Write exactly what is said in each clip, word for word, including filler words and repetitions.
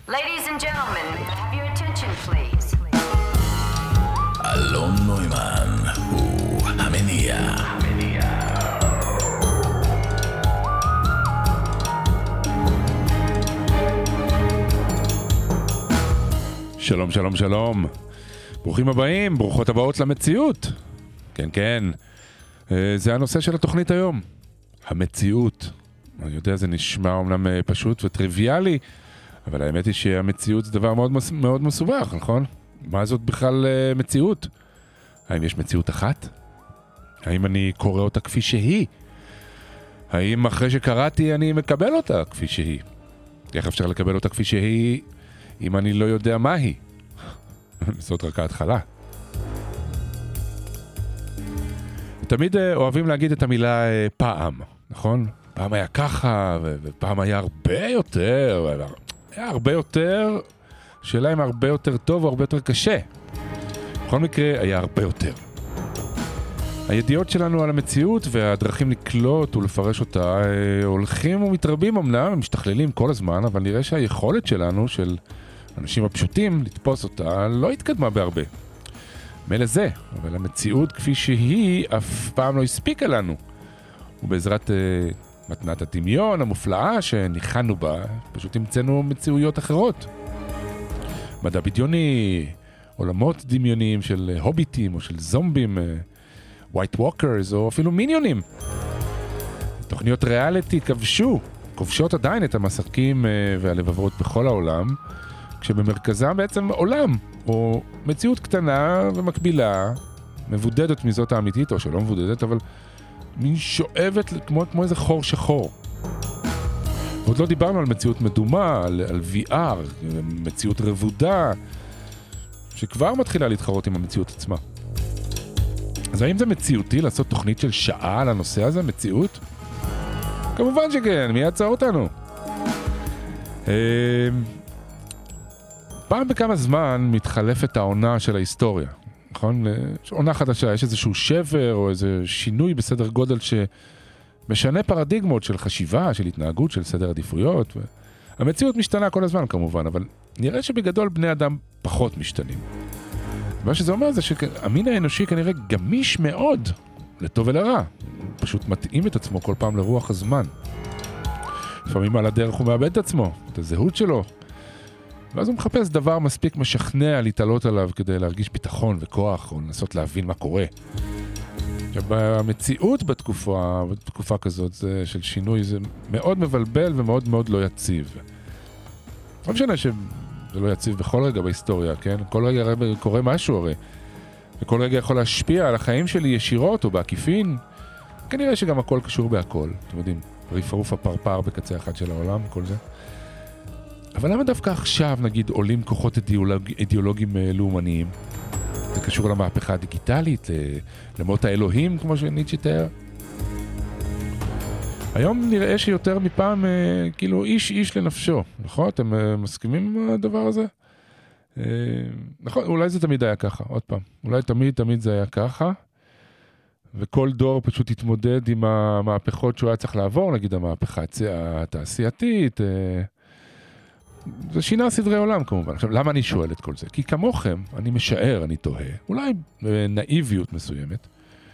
Ladies and gentlemen, have your attention please. אלון נוימן הוא המניע. שלום, שלום, שלום. ברוכים הבאים, ברוכות הבאות למציאות. כן, כן. זה הנושא של התוכנית היום. המציאות. אני יודע, זה נשמע אומנם פשוט וטריוויאלי, אבל האמת היא שהמציאות זה דבר מאוד, מאוד מסובך, נכון? מה זאת בכלל מציאות? האם יש מציאות אחת? האם אני קורא אותה כפי שהיא? האם אחרי שקראתי אני מקבל אותה כפי שהיא? איך אפשר לקבל אותה כפי שהיא אם אני לא יודע מה היא? זאת רק ההתחלה. תמיד אוהבים להגיד את המילה פעם, נכון? פעם היה ככה, ופעם היה הרבה יותר, היה הרבה יותר, שאלה אם הרבה יותר טוב או הרבה יותר קשה. בכל מקרה, היה הרבה יותר. הידיעות שלנו על המציאות והדרכים לקלוט ולפרש אותה הולכים ומתרבים אמנם, הם משתכללים כל הזמן, אבל נראה שהיכולת שלנו, של אנשים הפשוטים, לתפוס אותה, לא התקדמה בהרבה. מילא זה, אבל המציאות כפי שהיא אף פעם לא הספיקה לנו. ובעזרת uh, מתנת הדמיון המופלאה שניחנו בה, פשוט המצאנו מציאויות אחרות. מדע בדיוני, עולמות דמיוניים של הוביטים או של זומבים, ווייט ווקרס או אפילו מיניונים. תוכניות ריאליטי כבשו, כובשות עדיין את המסכים uh, והלבבות בכל העולם, כשבמרכזם בעצם עולם, או מציאות קטנה ומקבילה, מבודדת מזאת האמיתית, או שלא מבודדת, אבל מין שואבת כמו, כמו איזה חור שחור. ועוד לא דיברנו על מציאות מדומה, על, על וי אר, מציאות רבודה, שכבר מתחילה להתחרות עם המציאות עצמה. אז האם זה מציאותי לעשות תוכנית של שעה על הנושא הזה, מציאות? כמובן שכן, מי יעצר אותנו? פעם בכמה זמן מתחלפת העונה של ההיסטוריה, נכון? עונה חדשה, יש איזשהו שבר או איזה שינוי בסדר גודל שמשנה פרדיגמות של חשיבה, של התנהגות, של סדר עדיפויות. המציאות משתנה כל הזמן כמובן, אבל נראה שבגדול בני אדם פחות משתנים. מה שזה אומר זה שהמין האנושי כנראה גמיש מאוד, לטוב ולרע. פשוט מתאים את עצמו כל פעם לרוח הזמן. לפעמים על הדרך הוא מאבד את עצמו, את הזהות שלו. ואז הוא מחפש דבר מספיק משכנע להתעלות עליו כדי להרגיש ביטחון וכוח או לנסות להבין מה קורה. המציאות בתקופה, בתקופה כזאת זה, של שינוי זה מאוד מבלבל ומאוד מאוד לא יציב. לא משנה שזה לא יציב בכל רגע בהיסטוריה, כן? כל רגע קורה משהו הרי. וכל רגע יכול להשפיע על החיים שלי ישירות או בעקיפין. כנראה שגם הכל קשור בהכל. אתם יודעים, ריפרוף הפרפר בקצה אחד של העולם, כל זה. אבל למה דווקא עכשיו, נגיד, עולים כוחות אידיאולוג... אידיאולוגיים לאומניים? זה קשור למהפכה הדיגיטלית, למות האלוהים, כמו שניטשה תיאר. היום נראה שיותר מפעם, כאילו, איש איש לנפשו, נכון? אתם מסכימים עם הדבר הזה? נכון, אולי זה תמיד היה ככה, עוד פעם. אולי תמיד תמיד זה היה ככה, וכל דור פשוט התמודד עם המהפכות שהוא היה צריך לעבור, נגיד המהפכה התעשייתית, זה שינה סדרי עולם כמובן. עכשיו, למה אני שואל את כל זה? כי כמוכם, אני משער, אני תוהה, אולי נאיביות מסוימת,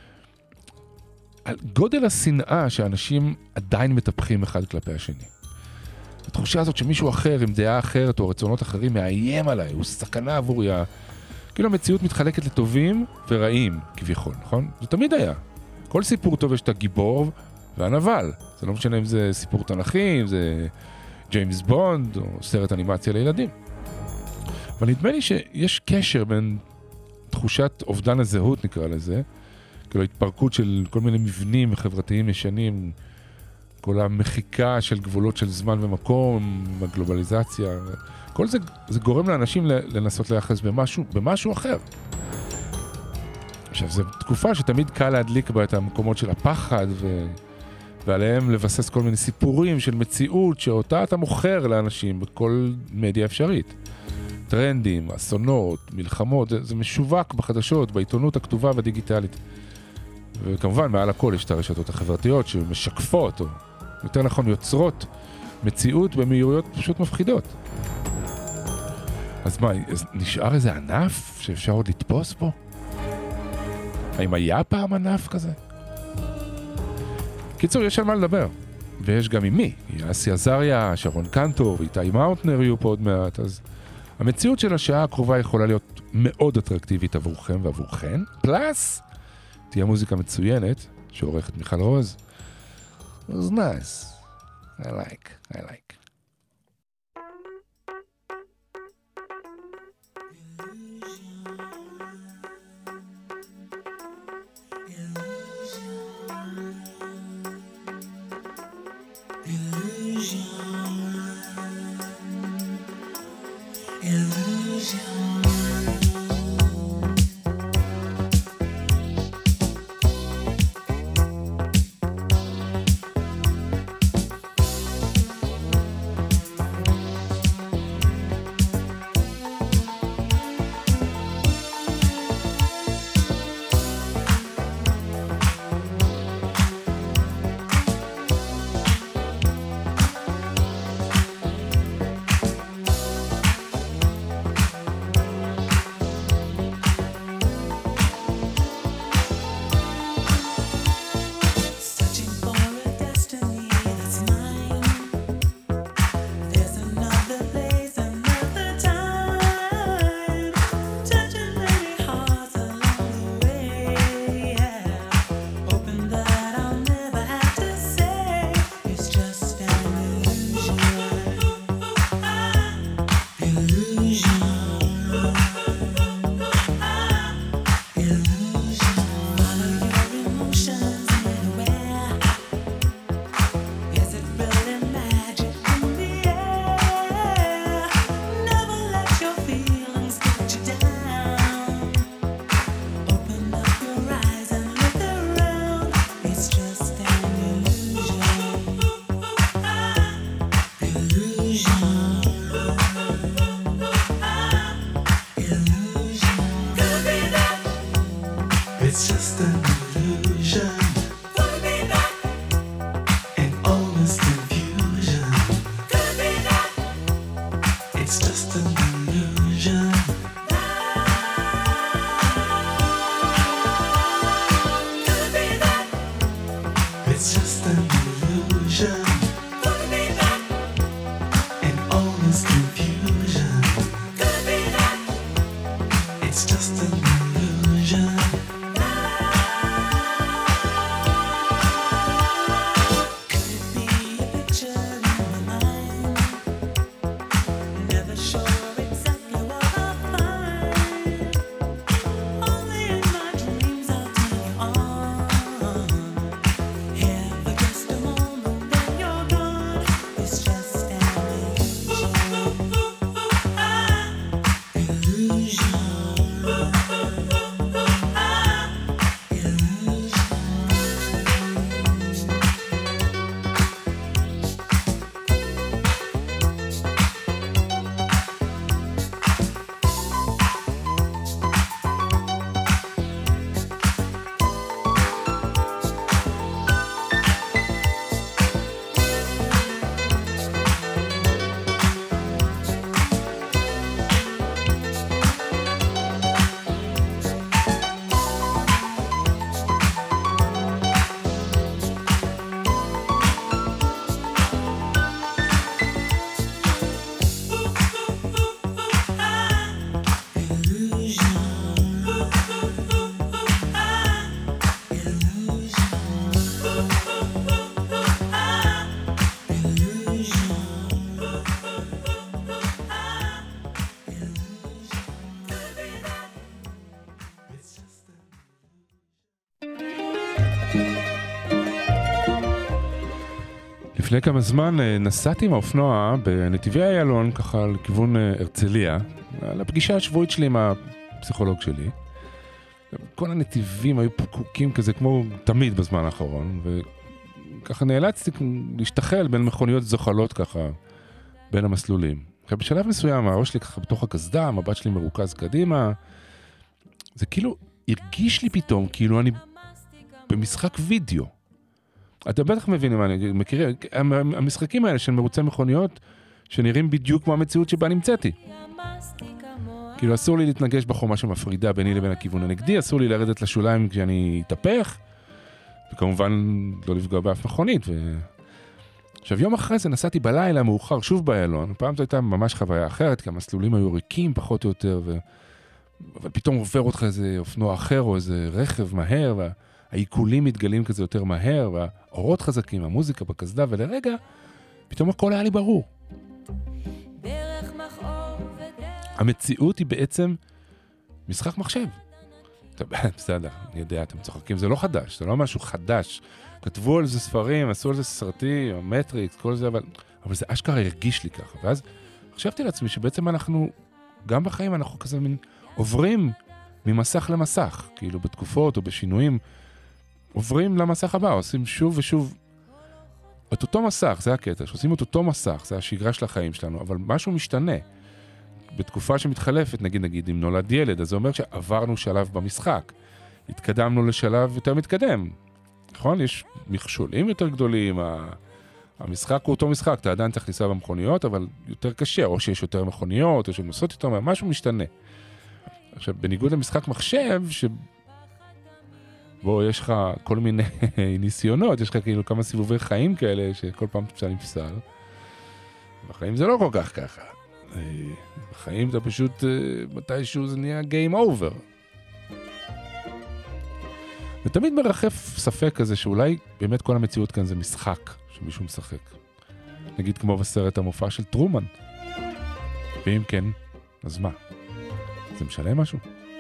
על גודל השנאה שאנשים עדיין מטפחים אחד כלפי השני. התחושה הזאת שמישהו אחר עם דעה אחרת או רצונות אחרים מאיים עליי, הוא סכנה עבורי. כאילו המציאות מתחלקת לטובים ורעים כביכול, נכון? זה תמיד היה. כל סיפור טוב יש את הגיבור והנבל. זה לא משנה אם זה סיפור תנכי, אם זה ג'יימס בונד או סרט אנימציה לילדים. אבל נדמה לי שיש קשר בין תחושת אובדן הזהות, נקרא לזה, כאילו התפרקות של כל מיני מבנים חברתיים ישנים, כל המחיקה של גבולות של זמן ומקום, הגלובליזציה, כל זה, זה גורם לאנשים לנסות לייחס במשהו, במשהו אחר. עכשיו, זו תקופה שתמיד קל להדליק בה את המקומות של הפחד, ו... ועליהם לבסס כל מיני סיפורים של מציאות שאותה אתה מוכר לאנשים בכל מדיה אפשרית. טרנדים, אסונות, מלחמות, זה, זה משווק בחדשות, בעיתונות הכתובה והדיגיטלית. וכמובן, מעל הכל יש את הרשתות החברתיות שמשקפות, או יותר נכון יוצרות, מציאות במהירויות פשוט מפחידות. אז מה, אז נשאר איזה ענף שאפשר עוד לתפוס בו? האם היה פעם ענף כזה? קיצור, יש על מה לדבר. ויש גם עם מי. אסי עזריה, שרון קנטור ואיתי מאוטנר יהיו פה עוד מעט. אז המציאות של השעה הקרובה יכולה להיות מאוד אטרקטיבית עבורכם ועבורכן. פלאס, תהיה מוזיקה מצוינת שעורכת מיכל רוז. It was nice. I like, I like. לפני כמה זמן נסעתי עם האופנוע בנתיבי איילון, ככה לכיוון הרצליה, לפגישה השבועית שלי עם הפסיכולוג שלי. כל הנתיבים היו פקוקים כזה, כמו תמיד בזמן האחרון, וככה נאלצתי להשתחל בין מכוניות זוחלות ככה, בין המסלולים. בשלב מסוים, הראש שלי ככה בתוך הקסדה, המבט שלי מרוכז קדימה, זה כאילו הרגיש לי פתאום, כאילו אני במשחק וידאו. אתם בטח מבינים מה אני מכיר, המשחקים האלה של מרוצי מכוניות, שנראים בדיוק כמו המציאות שבה נמצאתי. כאילו אסור לי להתנגש בחומה שמפרידה ביני לבין הכיוון הנגדי, אסור לי לרדת לשוליים כשאני אתהפך, וכמובן לא לפגוע באף מכונית. ו... עכשיו יום אחרי זה נסעתי בלילה מאוחר שוב באיילון, פעם זו הייתה ממש חוויה אחרת, כי המסלולים היו ריקים פחות או יותר, ו... ופתאום עובר אותך איזה אופנוע אחר או איזה רכב מהר, והעיקולים מתגלים כזה יותר מהר, והאורות חזקים, המוזיקה בקסדה, ולרגע פתאום הכל היה לי ברור. המציאות היא בעצם משחק מחשב. בסדר, אני יודע, אתם צוחקים, זה לא חדש, זה לא משהו חדש. כתבו על זה ספרים, עשו על זה סרטים, מטריקס, כל זה, אבל, אבל זה אשכרה הרגיש לי ככה. ואז חשבתי לעצמי שבעצם אנחנו, גם בחיים אנחנו כזה מין עוברים ממסך למסך, כאילו בתקופות או בשינויים, עוברים למסך הבא, עושים שוב ושוב את אותו מסך, זה הקטע, שעושים את אותו מסך, זה השגרה של החיים שלנו, אבל משהו משתנה. בתקופה שמתחלפת, נגיד, נגיד, אם נולד ילד, אז זה אומר שעברנו שלב במשחק. התקדמנו לשלב יותר מתקדם. נכון? יש מכשולים יותר גדולים, המשחק הוא אותו משחק, אתה עדיין צריך לנסוע במכוניות, אבל יותר קשה, או שיש יותר מכוניות, או שנוסעות יותר, משהו משתנה. עכשיו, בניגוד למשחק מחשב, שבו יש לך כל מיני ניסיונות, יש לך כאילו כמה סיבובי חיים כאלה, שכל פעם אפשר נפסל. בחיים זה לא כל כך ככה. בחיים זה פשוט, מתישהו זה נהיה game over. ותמיד מרחף ספק כזה שאולי באמת כל המציאות כאן זה משחק שמישהו משחק. נגיד כמו בסרט המופע של טרומן. ואם כן, אז מה? זה משנה משהו?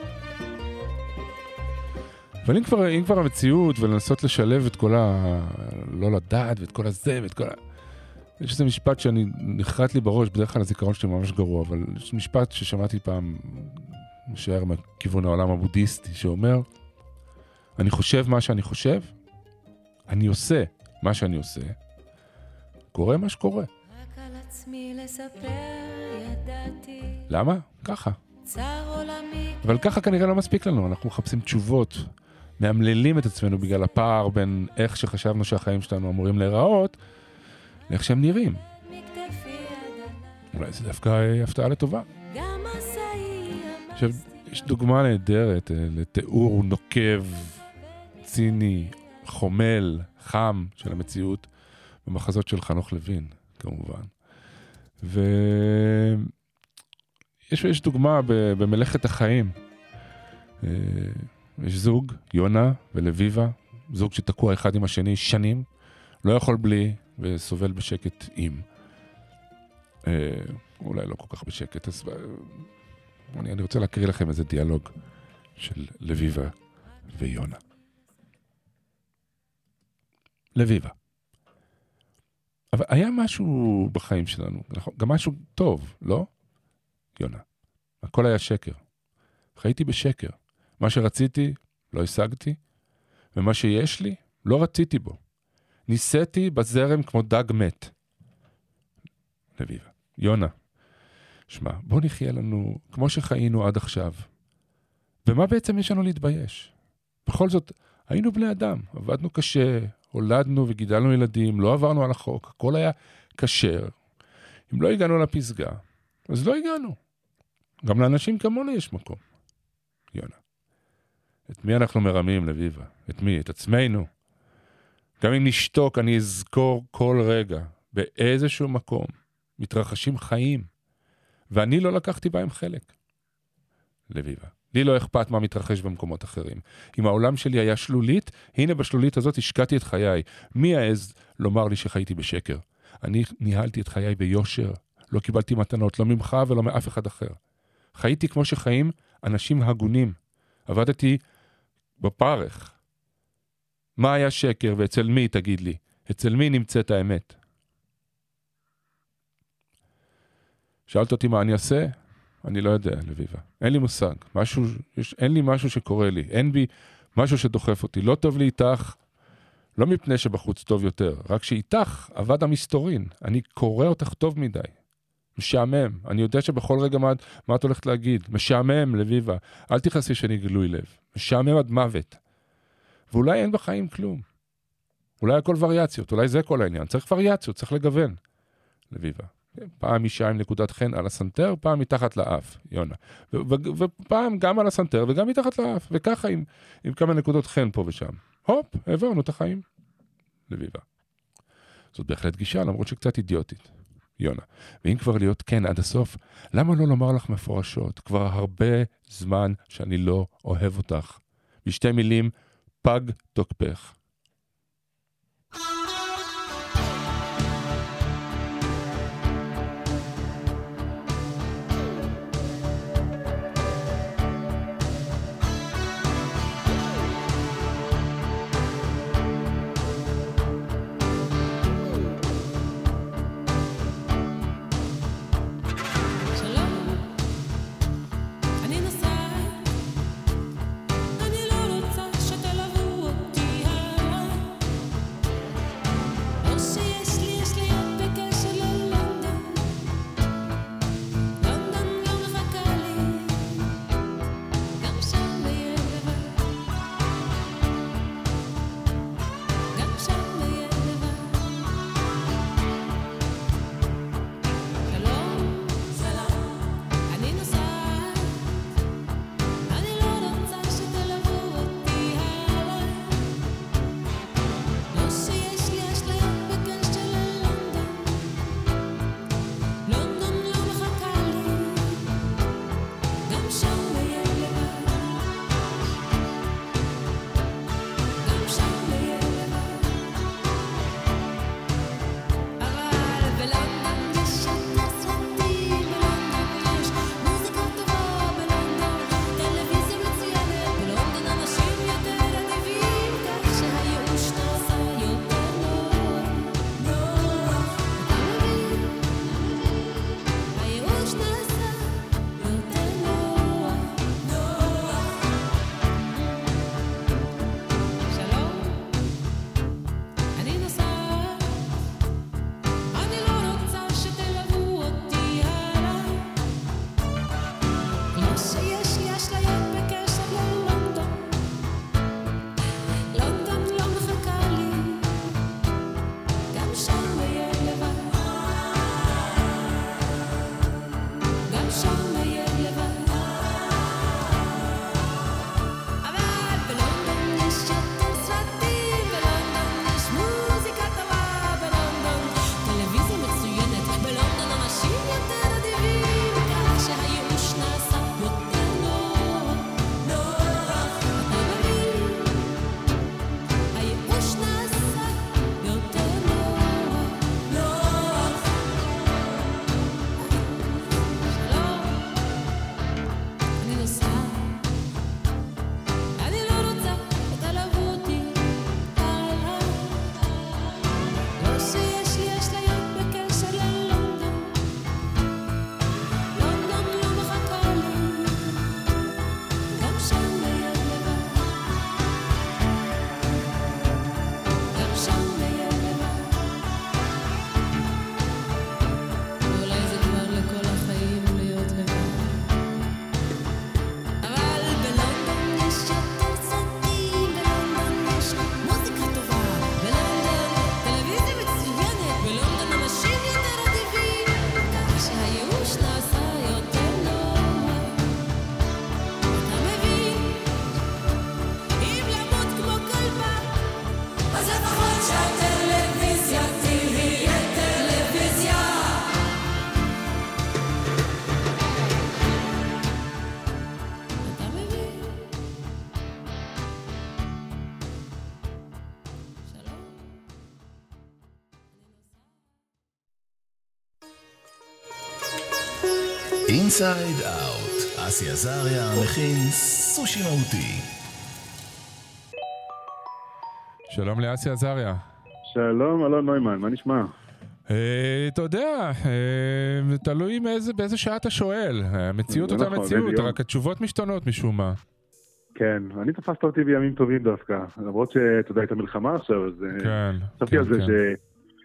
אבל אם כבר, אם כבר המציאות ולנסות לשלב את כל ה... לא לדעת ואת כל הזה ואת כל ה... יש איזה משפט שאני נחרט לי בראש, בדרך כלל הזיכרון שלי ממש גרוע, אבל יש משפט ששמעתי פעם משער מכיוון העולם הבודהיסטי, שאומר, אני חושב מה שאני חושב, אני עושה מה שאני עושה, קורה מה שקורה. רק על עצמי לספר ידעתי. למה? ככה. צר עולמי. אבל ככה כנראה לא מספיק לנו, אנחנו מחפשים תשובות, מאמללים את עצמנו בגלל הפער בין איך שחשבנו שהחיים שלנו אמורים להיראות, לאיך שהם נראים. אולי זה דווקא הפתעה לטובה. עכשיו, יש דוגמה נהדרת לתיאור נוקב, ציני, חומל, חם של המציאות, במחזות של חנוך לוין, כמובן. ויש יש דוגמה במלאכת החיים. יש זוג, יונה ולביבה, זוג שתקוע אחד עם השני שנים, לא יכול בלי, וסובל בשקט עם. אה, אולי לא כל כך בשקט, אז אני, אני רוצה להקריא לכם איזה דיאלוג של לביבה ויונה. לביבה. אבל היה משהו בחיים שלנו, גם משהו טוב, לא? יונה. הכל היה שקר. חייתי בשקר. מה שרציתי, לא השגתי, ומה שיש לי, לא רציתי בו. ניסיתי בזרם כמו דג מת. לביבה. יונה. שמע, בוא נחיה לנו כמו שחיינו עד עכשיו. ומה בעצם יש לנו להתבייש? בכל זאת, היינו בני אדם, עבדנו קשה, הולדנו וגידלנו ילדים, לא עברנו על החוק, הכל היה כשר. אם לא הגענו לפסגה, אז לא הגענו. גם לאנשים כמוני יש מקום. יונה. את מי אנחנו מרמים, לביבה? את מי? את עצמנו. גם אם נשתוק, אני אזכור כל רגע, באיזשהו מקום, מתרחשים חיים, ואני לא לקחתי בהם חלק. לביבה. לי לא אכפת מה מתרחש במקומות אחרים. אם העולם שלי היה שלולית, הנה בשלולית הזאת השקעתי את חיי. מי העז לומר לי שחייתי בשקר? אני ניהלתי את חיי ביושר, לא קיבלתי מתנות, לא ממך ולא מאף אחד אחר. חייתי כמו שחיים אנשים הגונים. עבדתי בפרך. מה היה שקר ואצל מי, תגיד לי? אצל מי נמצאת האמת? שאלת אותי מה אני אעשה? אני לא יודע, לביבה. אין לי מושג. משהו, יש, אין לי משהו שקורה לי. אין בי משהו שדוחף אותי. לא טוב לי איתך, לא מפני שבחוץ טוב יותר, רק שאיתך עבד המסתורין. אני קורא אותך טוב מדי. משעמם. אני יודע שבכל רגע מה, מה את הולכת להגיד. משעמם, לביבה. אל תכנסי שאני גלוי לב. משעמם עד מוות. ואולי אין בחיים כלום. אולי הכל וריאציות. אולי זה כל העניין. צריך וריאציות, צריך לגוון. לביבה. פעם אישה עם נקודת חן על הסנטר, פעם מתחת לאף, יונה. ו- ו- ופעם גם על הסנטר וגם מתחת לאף, וככה עם, עם כמה נקודות חן פה ושם. הופ, העברנו את החיים. לביבה. זאת בהחלט גישה, למרות שקצת אידיוטית. יונה. ואם כבר להיות כן עד הסוף, למה לא לומר לך מפורשות? כבר הרבה זמן שאני לא אוהב אותך. בשתי מילים, פג תוקפך. אינסייד אאוט, אסי עזריה מכין סושי מהותי. שלום לאסי עזריה. שלום, אלון נוימן, מה נשמע? אתה יודע, תלוי באיזה שעה אתה שואל. המציאות אותה מציאות, רק התשובות משתנות משום מה. כן, אני תפסת אותי בימים טובים דווקא, למרות שאתה יודע את המלחמה עכשיו, אז חשבתי על זה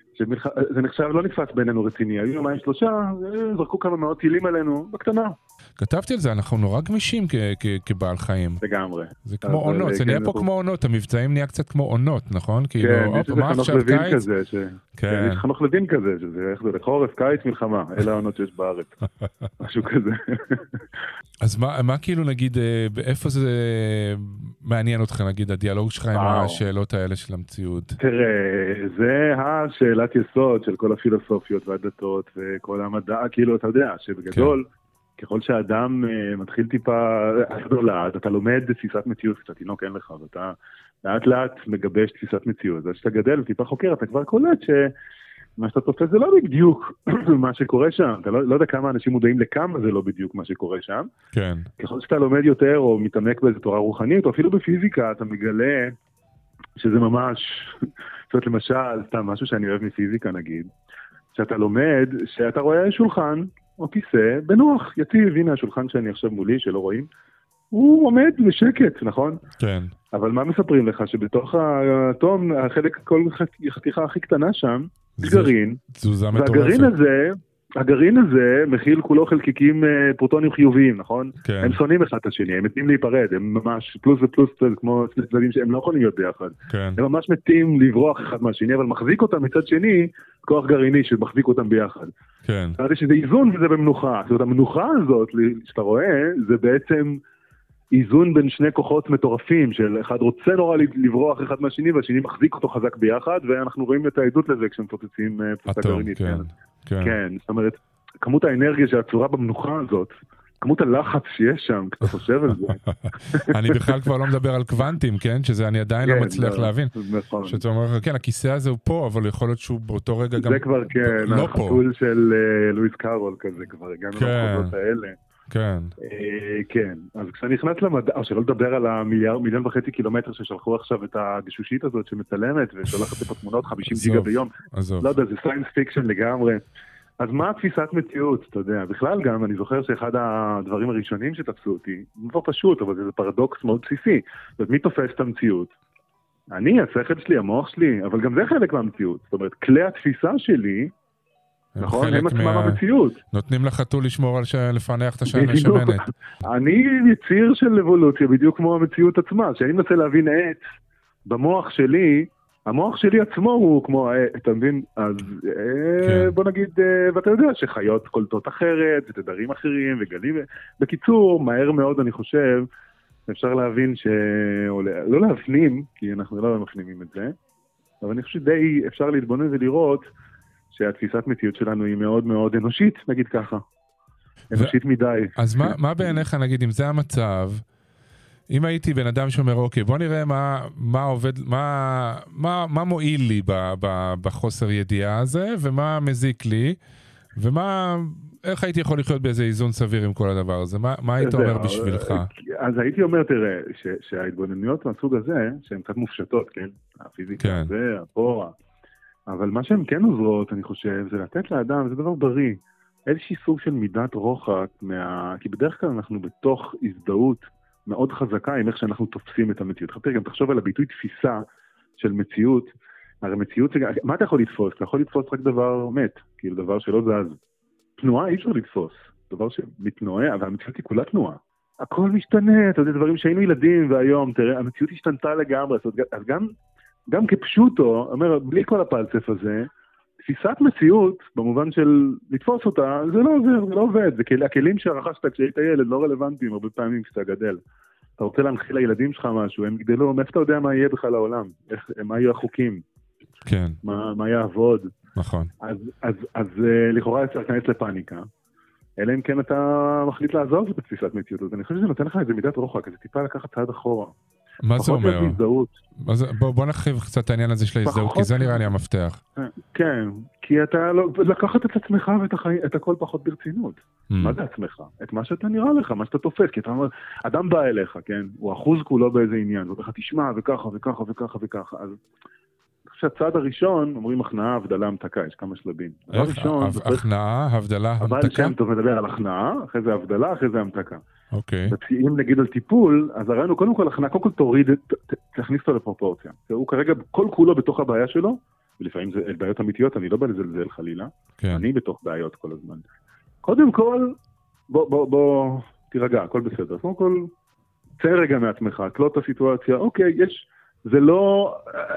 שזה נחשב לא נקפץ בינינו רציני, היו יומיים שלושה, זרקו כמה מאות טילים עלינו, בקטנה. כתבתי על זה, אנחנו נורא גמישים כבעל חיים. לגמרי. זה כמו עונות, זה נהיה פה כמו עונות, המבצעים נהיה קצת כמו עונות, נכון? כן, יש איזה חנוך לוין כזה, יש חנוך לוין כזה, שזה איך זה לחורף, קיץ, מלחמה, אלה העונות שיש בארץ. משהו כזה. אז מה כאילו נגיד, איפה זה מעניין אותך, נגיד, הדיאלוג שלך עם השאלות האלה של המציאות? תראה, זה השאלת יסוד של כל הפילוסופיות והדתות וכל המדע, כאילו, אתה יודע, שבגדול, ככל שהאדם מתחיל טיפה גדולה, אתה לומד תפיסת מציאות, קצת תינוק אין לך, ואתה לאט לאט מגבש תפיסת מציאות. אז כשאתה גדל וטיפה חוקר, אתה כבר קולט שמה שאתה תופס זה לא בדיוק מה שקורה שם. אתה לא, לא יודע כמה אנשים מודעים לכמה זה לא בדיוק מה שקורה שם. כן. ככל שאתה לומד יותר או מתעמק באיזו תורה רוחנית, או אפילו בפיזיקה, אתה מגלה שזה ממש, זאת אומרת, למשל, סתם משהו שאני אוהב מפיזיקה נגיד, שאתה לומד, שאתה רואה שולחן, או כיסא, בנוח, יציב, הנה השולחן שאני עכשיו מולי, שלא רואים, הוא עומד בשקט, נכון? כן. אבל מה מספרים לך? שבתוך האטום, החלק, כל החתיכה הכי קטנה שם, זה גרעין, והגרעין הזה, הגרעין הזה מכיל כולו חלקיקים פרוטונים חיוביים, נכון? כן. הם שונאים אחד את השני, הם מתים להיפרד, הם ממש פלוס ופלוס, כמו צדדים שהם לא יכולים להיות ביחד. כן. הם ממש מתים לברוח אחד מהשני, אבל מחזיק אותם מצד שני, כוח גרעיני שמחזיק אותם ביחד. כן. זאת אומרת שזה איזון וזה במנוחה. זאת אומרת, המנוחה הזאת, שאתה רואה, זה בעצם איזון בין שני כוחות מטורפים, של אחד רוצה נורא לברוח אחד מהשני, והשני מחזיק אותו חזק ביחד, ואנחנו רואים את העדות לזה כשמפוצצים פצצה גרעינית. כן, כן. כן, זאת אומרת, כמות האנרגיה שהצורה במנוחה הזאת, כמות הלחץ שיש שם, כשאתה חושב על זה. אני בכלל כבר לא מדבר על קוונטים, כן? שזה אני עדיין לא מצליח להבין. שאתה אומר, כן, הכיסא הזה הוא פה, אבל יכול להיות שהוא באותו רגע גם זה כבר, כן, החתול של לואיס קארול כזה, כבר הגענו למחוזות האלה. כן. כן, אז כשאני נכנס למדע, או שלא לדבר על המיליון מיליון וחצי קילומטר ששלחו עכשיו את הגשושית הזאת שמצלמת ושולחת לפה תמונות חמישים גיגה ביום. לא יודע, זה סיינס פיקשן לגמרי. אז מה תפיסת מציאות, אתה יודע? בכלל גם, אני זוכר שאחד הדברים הראשונים שתפסו אותי, לא פשוט, אבל זה פרדוקס מאוד בסיסי. זאת אומרת, מי תופס את המציאות? אני, השכל שלי, המוח שלי, אבל גם זה חלק מהמציאות. זאת אומרת, כלי התפיסה שלי, נכון? הם עצמם המציאות. נותנים לחתול לשמור על לפענח את השמנת. אני יציר של אבולוציה, בדיוק כמו המציאות עצמה. כשאני מנסה להבין עץ במוח שלי, המוח שלי עצמו הוא כמו, אתה מבין? אז בוא נגיד, ואתה יודע שחיות קולטות אחרת, ותדרים אחרים, וגלים. בקיצור, מהר מאוד אני חושב, אפשר להבין ש... לא להפנים, כי אנחנו לא מפנימים את זה, אבל אני חושב שדי אפשר להתבונן ולראות שהתפיסת מציאות שלנו היא מאוד מאוד אנושית, נגיד ככה. אנושית מדי. אז מה בעיניך, נגיד, אם זה המצב, אם הייתי בן אדם שאומר, אוקיי, בוא נראה מה, מה עובד, מה, מה, מה מועיל לי ב, ב, בחוסר ידיעה הזה, ומה מזיק לי, ומה, איך הייתי יכול לחיות באיזה איזון סביר עם כל הדבר הזה? מה, מה היית אומר בשבילך? אז הייתי אומר, תראה, ש, שההתבוננויות מהסוג הזה, שהן קצת מופשטות, כן? הפיזיקה, כן. זה, הפורה. אבל מה שהן כן עוזרות, אני חושב, זה לתת לאדם, זה דבר בריא, איזושהי סוג של מידת רוחק, מה... כי בדרך כלל אנחנו בתוך הזדהות מאוד חזקה עם איך שאנחנו תופסים את המציאות. חפיר, גם תחשוב על הביטוי תפיסה של מציאות, הרי מציאות, מה אתה יכול לתפוס? אתה יכול לתפוס רק דבר מת, כאילו דבר שלא זז. תנועה אי אפשר לתפוס, דבר שמתנועה, אבל המציאות היא כולה תנועה. הכל משתנה, אתה יודע, דברים שהיינו ילדים והיום, תראה, המציאות השתנתה לגמרי, אז גם, גם כפשוטו, אומר, בלי כל הפלסף הזה, תפיסת מציאות, במובן של לתפוס אותה, זה לא עוזר, זה לא עובד, זה כל, הכלים שרכשת כשהיית ילד לא רלוונטיים הרבה פעמים כשאתה גדל. אתה רוצה להנחיל לילדים שלך משהו, הם גדלו, מאיפה אתה יודע מה יהיה בכלל לעולם? איך, מה יהיו החוקים? כן. מה, מה יעבוד? נכון. אז, אז, אז, אז לכאורה צריך להיכנס לפאניקה, אלא אם כן אתה מחליט לעזוב בתפיסת מציאות, אז אני חושב שזה נותן לך איזה מידת רוחק, זה טיפה לקחת צעד אחורה. מה זה אומר? בוא, בוא נחריב קצת את העניין הזה של ההזדהות, כי זה נראה לי המפתח. כן, כי אתה לא, לקחת את עצמך ואת החיים, את הכל פחות ברצינות. מה זה עצמך? את מה שאתה נראה לך, מה שאתה תופס, כי אתה אומר, אדם בא אליך, כן? הוא אחוז כולו באיזה עניין, הוא אומר לך, תשמע, וככה וככה וככה וככה, אז שהצעד הראשון, אומרים הכנעה, הבדלה, המתקה, יש כמה שלבים. הכנעה, הבדלה, המתקה? אבל שם טוב מדבר על הכנעה, אחרי זה הבדלה, אחרי זה המתקה. אוקיי. אם נגיד על טיפול, אז הראינו קודם כל הכנעה, קודם כל תוריד, תכניס אותו לפרופורציה. הוא כרגע כל כולו בתוך הבעיה שלו, ולפעמים זה בעיות אמיתיות, אני לא בא לזלזל חלילה, אני בתוך בעיות כל הזמן. קודם כל, בוא, בוא, בוא, תירגע, הכל בסדר. קודם כל, צא רגע מעצמך, תלות את הסיטואציה, אוקיי, יש, זה לא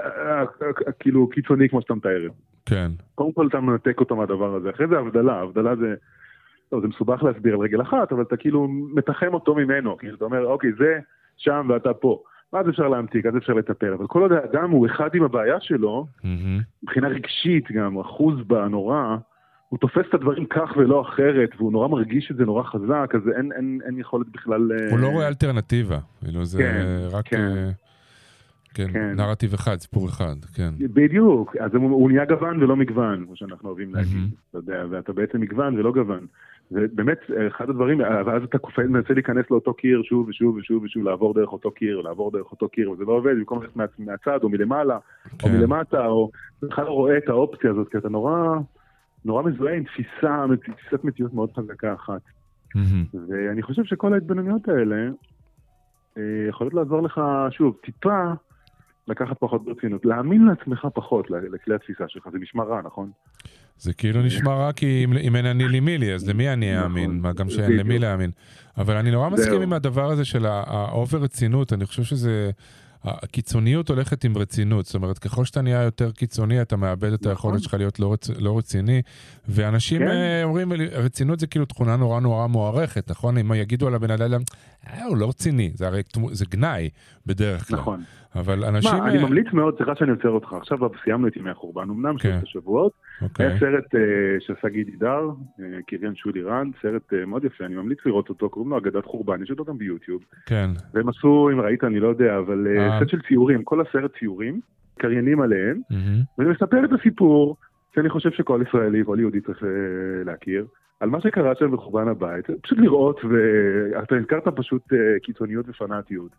כאילו קיצוני כמו שאתה מתאר. כן. קודם כל אתה מנתק אותו מהדבר הזה, אחרי זה הבדלה, הבדלה זה, לא, זה מסובך להסביר על רגל אחת, אבל אתה כאילו מתחם אותו ממנו, כאילו אתה אומר, אוקיי, זה שם ואתה פה. אז אפשר להמתיק, אז אפשר לטפל, אבל כל עוד האדם הוא אחד עם הבעיה שלו, מבחינה רגשית גם, אחוז בה נורא, הוא תופס את הדברים כך ולא אחרת, והוא נורא מרגיש את זה נורא חזק, אז אין, אין, אין יכולת בכלל... הוא לא רואה אלטרנטיבה, זה כן, רק כן. כן, כן. נרטיב אחד, סיפור אחד, כן. בדיוק, אז הוא, הוא נהיה גוון ולא מגוון, כמו שאנחנו אוהבים להגיד, אתה יודע, ואתה בעצם מגוון ולא גוון. ובאמת, אחד הדברים, ואז אתה מנסה להיכנס לאותו קיר שוב ושוב ושוב ושוב, לעבור דרך אותו קיר, לעבור דרך אותו קיר, וזה לא עובד, במקום ללכת מה, מהצד או מלמעלה, כן. או מלמטה, או בכלל לא רואה את האופציה הזאת, כי אתה נורא... נורא מזוהה עם תפיסה, תפיסת מציאות מאוד חזקה אחת. Mm-hmm. ואני חושב שכל ההתבוננויות האלה אה, יכולות לעזור לך, שוב, טיפה לקחת פחות ברצינות, להאמין לעצמך פחות, לכלי התפיסה שלך, זה נשמע רע, נכון? זה כאילו נשמע רע, כי אם, אם אין אני לי מי לי, אז למי אני אאמין? נכון. מה גם שאין למי להאמין. אבל אני נורא מסכים עם הדבר הזה של האובר רצינות, אני חושב שזה... הקיצוניות הולכת עם רצינות, זאת אומרת, ככל שאתה נהיה יותר קיצוני, אתה מאבד את היכולת שלך להיות לא, רצ... לא רציני, ואנשים כן. אומרים, רצינות זה כאילו תכונה נורא נורא מוערכת, נכון? אם יגידו על הבן אדם, אה, הוא לא רציני, זה הרי זה גנאי בדרך כלל. נכון. אבל אנשים... מה, אני ממליץ מאוד, סליחה שאני יוצר אותך, עכשיו סיימנו את ימי החורבן, אמנם שלושת השבועות, היה סרט שעשה גידי דר, קיריאן שולי רנד, סרט מאוד יפה, אני ממליץ לראות אותו, קוראים לו אגדת חורבן, יש אותו גם ביוטיוב. כן. והם עשו, אם ראית, אני לא יודע, אבל סט של ציורים, כל הסרט ציורים, קריינים עליהם, ואני מספר את הסיפור, שאני חושב שכל ישראלי, כל יהודי צריך להכיר, על מה שקרה שם בחורבן הבית, פשוט לראות, ואתה הזכרת פשוט קיצוניות ופנאטיות.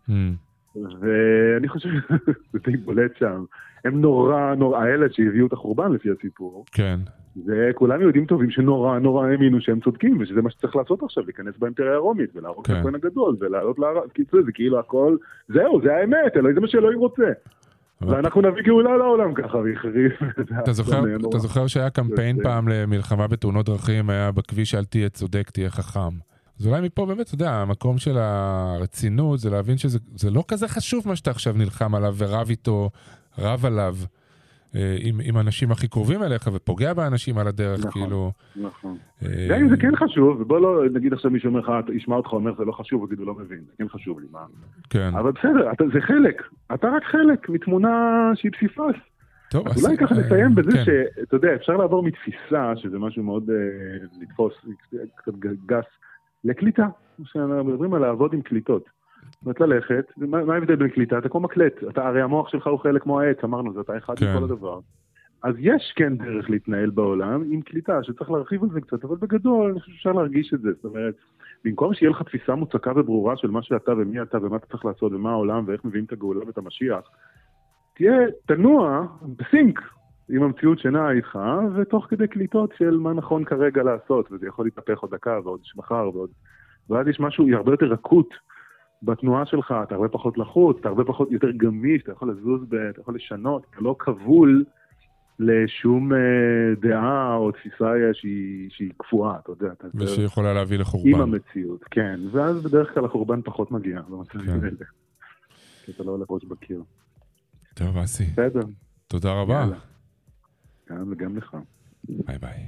ואני חושב שזה די בולט שם. הם נורא, נורא, האלה שהביאו את החורבן לפי הסיפור. כן. וכולם יהודים טובים שנורא, נורא האמינו שהם צודקים, ושזה מה שצריך לעשות עכשיו, להיכנס באימפריה הרומית, ולהרוג את הכהן הגדול, ולעלות לערב, זה כאילו הכל, זהו, זה האמת, אלוהים, זה מה שאלוהים רוצה. ואנחנו נביא גאולה לעולם ככה, ויחריף. אתה זוכר שהיה קמפיין פעם למלחמה בתאונות דרכים, היה בכביש אל תהיה צודק, תהיה חכם. אז אולי מפה באמת, אתה יודע, המקום של הרצינות זה להבין שזה לא כזה חשוב מה שאתה עכשיו נלחם עליו ורב איתו, רב עליו עם, עם אנשים הכי קרובים אליך ופוגע באנשים על הדרך, נכון, כאילו. נכון. גם אם זה כן חשוב, בוא לא נגיד עכשיו מישהו אומר לך, ישמע אותך אומר, זה לא חשוב, וגיד, הוא לא מבין, זה כן חשוב לי, מה? כן. אבל בסדר, אתה, זה חלק, אתה רק חלק מתמונה שהיא פסיפס. טוב, אז אולי ככה נסיים בזה כן. שאתה יודע, אפשר לעבור מתפיסה, שזה משהו מאוד uh, לתפוס, קצת גס, לקליטה, שאנחנו מדברים על לעבוד עם קליטות. זאת אומרת ללכת, מה ההבדל בין קליטה? אתה כמו מקלט, אתה, הרי המוח שלך הוא חלק כמו העץ, אמרנו, זה אתה אחד כן. מכל הדבר. אז יש כן דרך להתנהל בעולם עם קליטה, שצריך להרחיב על זה קצת, אבל בגדול אני חושב שאפשר להרגיש את זה. זאת אומרת, במקום שיהיה לך תפיסה מוצקה וברורה של מה שאתה ומי אתה ומה אתה צריך לעשות ומה העולם ואיך מביאים את הגאולה ואת המשיח, תהיה תנוע בסינק עם המציאות שנעה איתך, ותוך כדי קליטות של מה נכון כרגע לעשות, וזה יכול להתהפך עוד דקה ועוד מחר ועוד... ואז יש משהו, היא הרבה יותר רכות בתנועה שלך, אתה הרבה פחות לחוץ, אתה הרבה פחות יותר גמיש, אתה יכול לזוז, ב, אתה יכול לשנות, אתה לא כבול לשום אה, דעה או תפיסה שהיא, שהיא קפואה, אתה יודע. אתה ושיכולה להביא לחורבן. עם המציאות, כן. ואז בדרך כלל החורבן פחות מגיע, במצבים האלה. כי אתה לא הולך ראש בקיר. טוב, אסי. בסדר. תודה רבה. גם וגם לך. ביי ביי.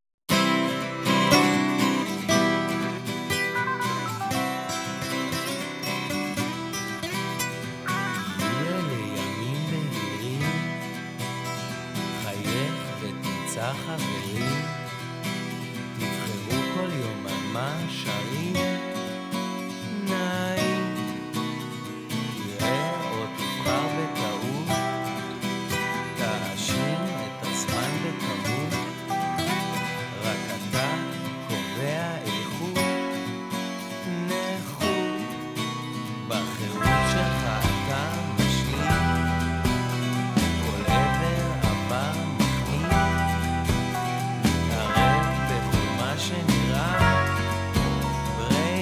חברים, תבחרו כל יום על מה שרים, נעים, תראה או תבחר בטעות, תאשים את הזמן בכמות, רק אתה קובע איכות, נכות, בחירות שלך אתה משלים, כל עבר הבא שנראה בריא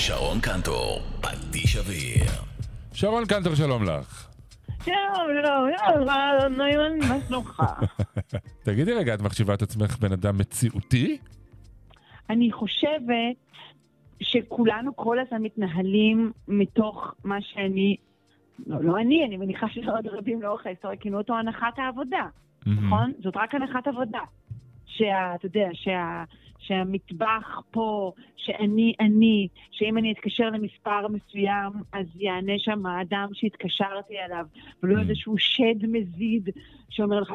שרון קנטור, פטיש אוויר. שרון קנטור, שלום לך. שלום, שלום, שלום, נוימן, מה שלומך? תגידי רגע, את מחשיבה את עצמך בן אדם מציאותי? אני חושבת שכולנו כל הזמן מתנהלים מתוך מה שאני, לא, לא אני, אני מניחה שעוד רבים לאורך ההיסטוריה כינו אותו הנחת העבודה, נכון? זאת רק הנחת עבודה. שאתה יודע, שה... שהמטבח פה, שאני, אני, שאם אני אתקשר למספר מסוים, אז יענה שם האדם שהתקשרתי עליו, ולא איזשהו שד מזיד שאומר לך,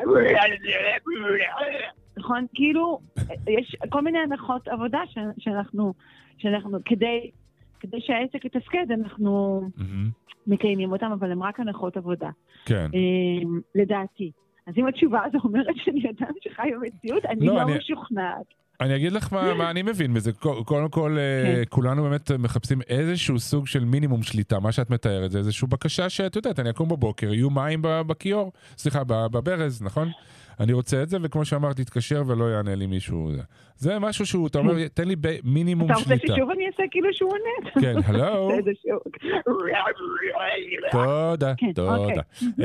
נכון? כאילו, יש כל מיני הנחות עבודה שאנחנו, שאנחנו, כדי, כדי שהעסק יתפקד, אנחנו מקיימים אותם, אבל הם רק הנחות עבודה. כן. לדעתי. אז אם התשובה הזו אומרת שאני אדם שחי במציאות, אני לא משוכנעת. אני אגיד לך מה, מה אני מבין בזה. קודם כל, כן. כולנו באמת מחפשים איזשהו סוג של מינימום שליטה. מה שאת מתארת זה איזשהו בקשה שאת יודעת, אני אקום בבוקר, יהיו מים בכיור, סליחה, בברז, נכון? אני רוצה את זה, וכמו שאמרת, תתקשר ולא יענה לי מישהו. זה משהו שהוא, אתה אומר, תן לי מינימום שליטה. אתה רוצה ששוב אני אעשה כאילו שהוא עונה? כן, הלו. תודה, תודה.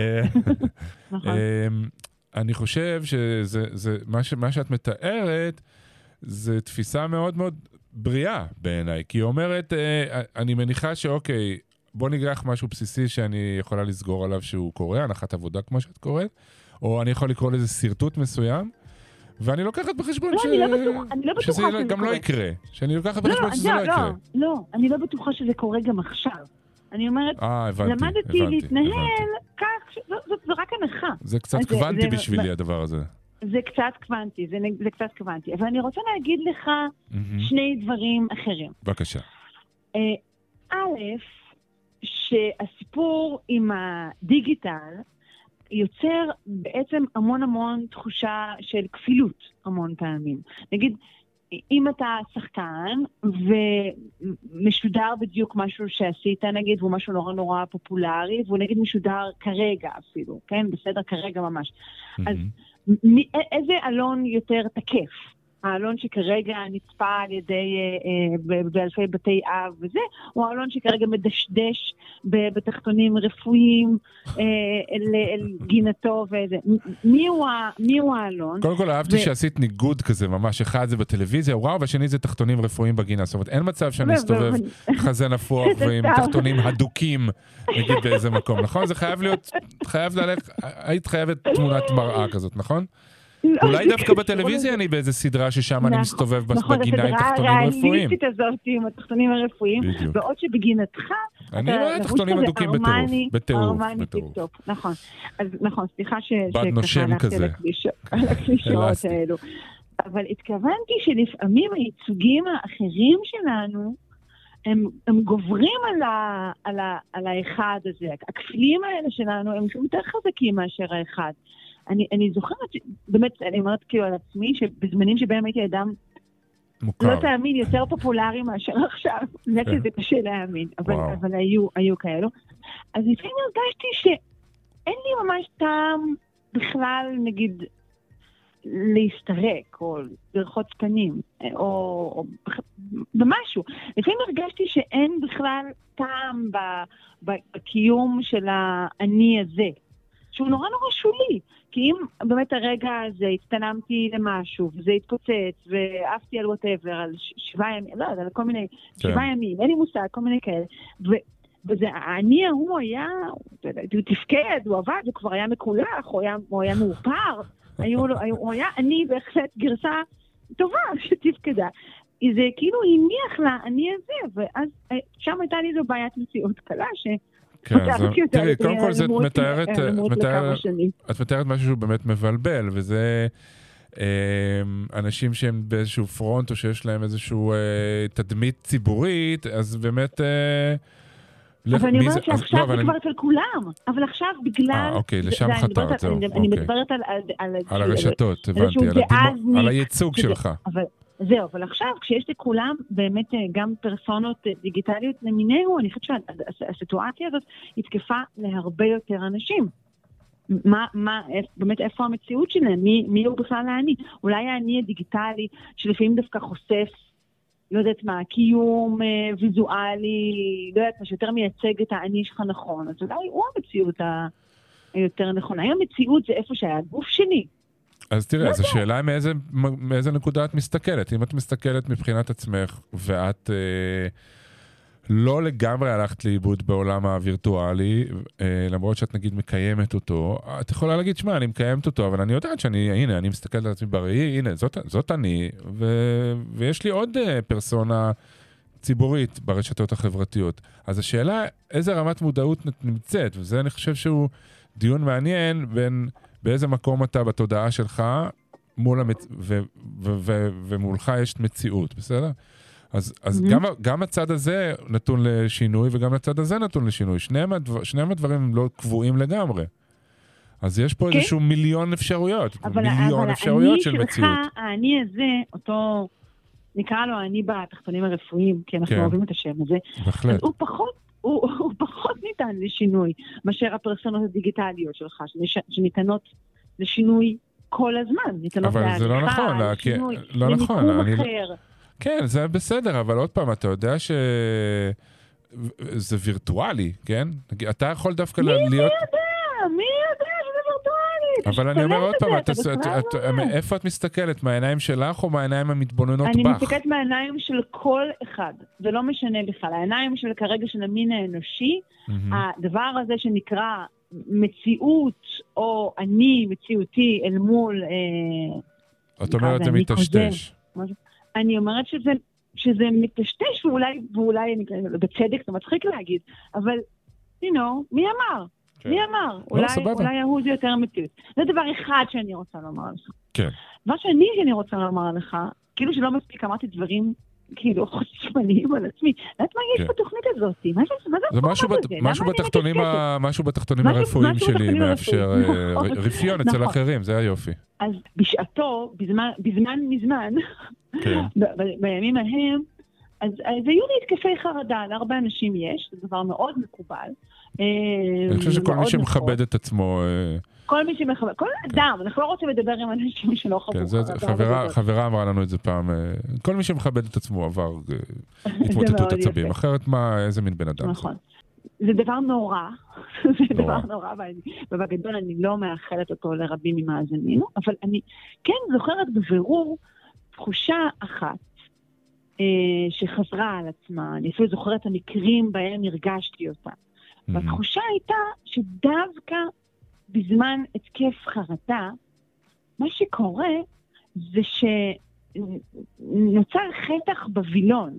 אני חושב שמה שאת מתארת, זה תפיסה מאוד מאוד בריאה בעיניי, כי היא אומרת, אני מניחה שאוקיי, בוא נגרח משהו בסיסי שאני יכולה לסגור עליו שהוא קורא, הנחת עבודה כמו שאת קוראת, או אני יכול לקרוא לזה סרטוט מסוים, ואני לוקחת בחשבון שזה גם לא יקרה, שאני לוקחת בחשבון שזה לא יקרה. לא, אני לא בטוחה שזה קורה גם עכשיו. אני אומרת, למדתי להתנהל כך, זו רק הנחה. זה קצת קוונטי בשבילי הדבר הזה. זה קצת קוונטי, זה, זה קצת קוונטי. אבל אני רוצה להגיד לך mm-hmm. שני דברים אחרים. בבקשה. א', שהסיפור עם הדיגיטל יוצר בעצם המון המון תחושה של כפילות המון פעמים. נגיד, אם אתה שחקן ומשודר בדיוק משהו שעשית, נגיד, והוא משהו נורא נורא פופולרי, והוא נגיד משודר כרגע אפילו, כן? בסדר, כרגע ממש. Mm-hmm. אז איזה אלון יותר תקף? האלון שכרגע נצפה על ידי, באלפי בתי אב וזה, או האלון שכרגע מדשדש בתחתונים רפואיים אל גינתו וזה. מי הוא האלון? קודם כל אהבתי שעשית ניגוד כזה, ממש אחד זה בטלוויזיה, וואו, והשני זה תחתונים רפואיים בגינה. זאת אומרת, אין מצב שאני אסתובב חזה נפוח ועם תחתונים הדוקים, נגיד באיזה מקום, נכון? זה חייב להיות, חייב ללכת, היית חייבת תמונת מראה כזאת, נכון? אולי דווקא בטלוויזיה אני באיזה סדרה ששם אני מסתובב בגינה עם תחתונים רפואיים. נכון, הסדרה הריאליסטית הזאת עם התחתונים הרפואיים, בעוד שבגינתך... אני רואה תחתונים הדוקים בטירוף. בטירוף. נכון, אז נכון, סליחה בד נושם כזה. על הקלישאות האלו. אבל התכוונתי שלפעמים הייצוגים האחרים שלנו, הם גוברים על האחד הזה. הכפילים האלה שלנו הם יותר חזקים מאשר האחד. אני, אני זוכרת, באמת, אני אומרת כאילו על עצמי, שבזמנים שבהם הייתי אדם, מוכר. לא תאמין, יותר פופולרי מאשר עכשיו, זה כזה קשה להאמין, אבל, אבל היו, היו כאלו. אז לפעמים הרגשתי שאין לי ממש טעם בכלל, נגיד, להסתרק, או לרחוץ פנים, או, או במשהו. לפעמים הרגשתי שאין בכלל טעם בקיום של האני הזה. שהוא נורא נורא שולי, כי אם באמת הרגע הזה הצטנמתי למשהו, וזה התפוצץ, ואהבתי על whatever, על שבעה ימים, לא יודע, על כל מיני, שבעה ימים, אין לי מושג, כל מיני כאלה, וזה, אני, הוא היה, הוא תפקד, הוא עבד, הוא כבר היה מקולח, הוא היה מאופר, הוא היה, אני בהחלט גרסה טובה שתפקדה. זה כאילו הניח לה, אני הזה, ואז שם הייתה לי זו בעיית מציאות קלה, ש... כן, תראי, קודם כל זה מתארת, את מתארת משהו שהוא באמת מבלבל, וזה אנשים שהם באיזשהו פרונט, או שיש להם איזשהו תדמית ציבורית, אז באמת... אבל אני אומרת שעכשיו זה כבר אצל כולם, אבל עכשיו בגלל... אה, אוקיי, לשם חתרת, זהו. אני מדברת על... על הרשתות, הבנתי, על הייצוג שלך. זהו, אבל עכשיו, כשיש לכולם באמת גם פרסונות דיגיטליות למיניהו, אני חושבת שהסיטואציה הזאת התקפה להרבה יותר אנשים. מה, מה, באמת איפה המציאות שלהם? מי, מי הוא בכלל העני? אולי העני הדיגיטלי, שלפעמים דווקא חושף לא יודעת מה, קיום אה, ויזואלי, לא יודעת מה, שיותר מייצג את האני שלך נכון, אז אולי הוא המציאות היותר נכונה. היום המציאות זה איפה שהיה הגוף שלי. אז תראה, אז השאלה היא מאיזה, מאיזה נקודה את מסתכלת. אם את מסתכלת מבחינת עצמך, ואת אה, לא לגמרי הלכת לאיבוד בעולם הווירטואלי, אה, למרות שאת נגיד מקיימת אותו, את יכולה להגיד, שמע, אני מקיימת אותו, אבל אני יודעת שאני, הנה, אני מסתכלת על עצמי בראי, הנה, זאת, זאת אני, ו, ויש לי עוד אה, פרסונה ציבורית ברשתות החברתיות. אז השאלה, איזה רמת מודעות נמצאת, וזה אני חושב שהוא דיון מעניין בין באיזה מקום אתה בתודעה שלך מול המצ... ו... ו... ו... ומולך יש מציאות, בסדר? אז, אז mm-hmm. גם, גם הצד הזה נתון לשינוי, וגם הצד הזה נתון לשינוי. שניהם, הדבר... שניהם הדברים לא קבועים לגמרי. אז יש פה okay. איזשהו מיליון אפשרויות. אבל, מיליון אבל אפשרויות של שלך, מציאות. האני הזה, אותו, נקרא לו האני בתחתונים הרפואיים, כי אנחנו כן. אוהבים את השם הזה. בהחלט. אז הוא פחות, הוא, הוא פחות ניתן לשינוי, מאשר הפרסונות הדיגיטליות שלך, שניתנות לשינוי כל הזמן. ניתנות אבל זה לא נכון, לשינוי, לא נכון. למיקום אחר. לא... כן, זה בסדר, אבל עוד פעם, אתה יודע ש... זה וירטואלי, כן? אתה יכול דווקא מי להיות... מי יודע? מי יודע שזה וירטואלי? אבל אני אומר עוד פעם, איפה את מסתכלת? מהעיניים שלך או מהעיניים המתבוננות בך? אני מסתכלת מהעיניים של כל אחד, זה לא משנה בכלל. העיניים של כרגע של המין האנושי, הדבר הזה שנקרא מציאות או אני מציאותי אל מול... את אומרת זה מתשתש. אני אומרת שזה, שזה מתשתש, ואולי, ואולי, בצדק זה מצחיק להגיד, אבל, you know, מי אמר? כן. מי אמר? לא, אולי, אולי ההוא זה יותר מציאות. זה דבר אחד שאני רוצה לומר לך. כן. מה שאני, שאני רוצה לומר לך, כאילו שלא מספיק אמרתי דברים, כאילו, חושמניים על עצמי. לדעת מה יש בתוכנית הזאת? מה זה משהו משהו בתחתונים משהו בתחתונים הרפואיים שלי מאפשר רפיון אצל אחרים, זה היופי. אז בשעתו, בזמן מזמן, בימים ההם, אז היו לי התקפי חרדה, להרבה אנשים יש, זה דבר מאוד מקובל. אני חושב שכל מי שמכבד את עצמו... כל מי שמכבד, כל אדם, אנחנו לא רוצים לדבר עם אנשים שלא חוו. חברה אמרה לנו את זה פעם, כל מי שמכבד את עצמו עבר התמוטטות עצבים, אחרת מה, איזה מין בן אדם. נכון. זה דבר נורא, זה דבר נורא, ובגדול אני לא מאחלת אותו לרבים ממאזנינו, אבל אני כן זוכרת בבירור תחושה אחת שחזרה על עצמה, אני אפילו זוכרת את המקרים בהם הרגשתי אותה. והתחושה הייתה שדווקא בזמן התקף חרדה, מה שקורה זה שנוצר חתך בווילון.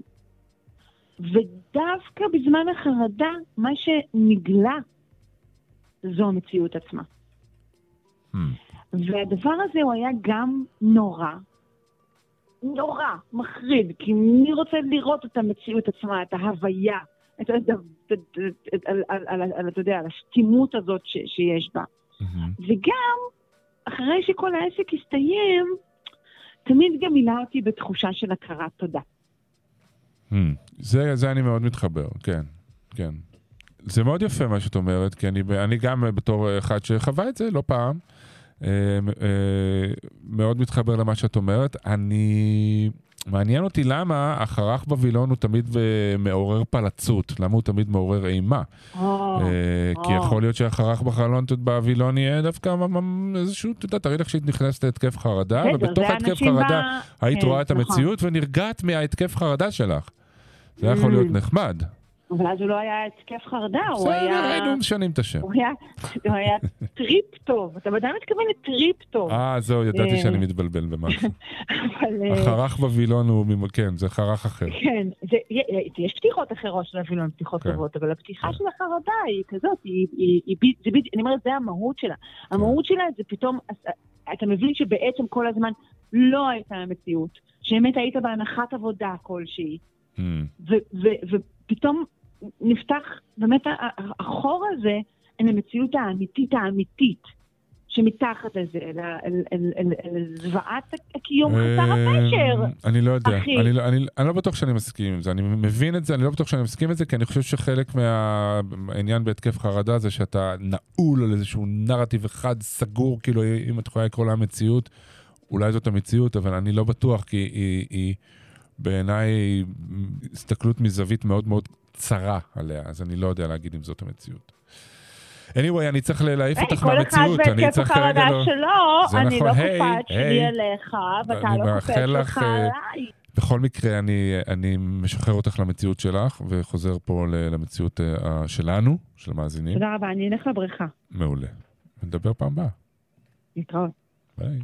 ודווקא בזמן החרדה, מה שנגלה זו המציאות עצמה. Hmm. והדבר הזה הוא היה גם נורא, נורא, מחריד, כי מי רוצה לראות את המציאות עצמה, את ההוויה, את, את, את, את, על, על, על, על, אתה יודע, על השתימות הזאת ש, שיש בה. Mm-hmm. וגם, אחרי שכל העסק הסתיים, תמיד גם מילה אותי בתחושה של הכרת תודה. Hmm. זה, זה אני מאוד מתחבר, כן, כן. זה מאוד יפה מה שאת אומרת, כי אני, אני גם בתור אחד שחווה את זה לא פעם, אה, אה, מאוד מתחבר למה שאת אומרת. אני, מעניין אותי למה החרך בווילון הוא תמיד מעורר פלצות, למה הוא תמיד מעורר אימה. Oh, אה, oh. כי יכול להיות שהחרך בחלון בווילון יהיה דווקא איזשהו, אתה יודע, תראי לך שהיא נכנסת להתקף חרדה, ובתוך ההתקף חרדה היית רואה את המציאות ונרגעת מההתקף חרדה שלך. זה יכול להיות נחמד. אבל אז הוא לא היה התקף חרדה, הוא היה... בסדר, היינו משנים את השם. הוא היה טריפ טוב. אתה בוודאי מתכוון לטריפ טוב. אה, זהו, ידעתי שאני מתבלבל במשהו. החרך בווילון הוא, כן, זה חרך אחר. כן, יש פתיחות אחרות של הווילון, פתיחות טובות, אבל הפתיחה של החרדה היא כזאת, אני אומרת, זה המהות שלה. המהות שלה זה פתאום, אתה מבין שבעצם כל הזמן לא הייתה המציאות, שבאמת היית בהנחת עבודה כלשהי, ופתאום נפתח באמת החור הזה אל המציאות האמיתית האמיתית שמתחת לזה, אל זוועת הקיום חסר הפשר. אני לא יודע, אני לא בטוח שאני מסכים עם זה, אני מבין את זה, אני לא בטוח שאני מסכים עם זה, כי אני חושב שחלק מהעניין בהתקף חרדה זה שאתה נעול על איזשהו נרטיב אחד סגור, כאילו אם את יכולה לקרוא לה מציאות, אולי זאת המציאות, אבל אני לא בטוח, כי היא בעיניי הסתכלות מזווית מאוד מאוד צרה עליה, אז אני לא יודע להגיד אם זאת המציאות. anyway, אני צריך להעיף אותך מהמציאות. כל אחד בהתקף החרדה שלו, אני לא קופת שלי עליך, ואתה לא קופת שלך עליי. בכל מקרה, אני, אני משחרר אותך למציאות שלך, וחוזר פה למציאות uh, שלנו, של המאזינים. תודה רבה, אני אלך לבריכה. מעולה. נדבר פעם הבאה. להתראות. ביי.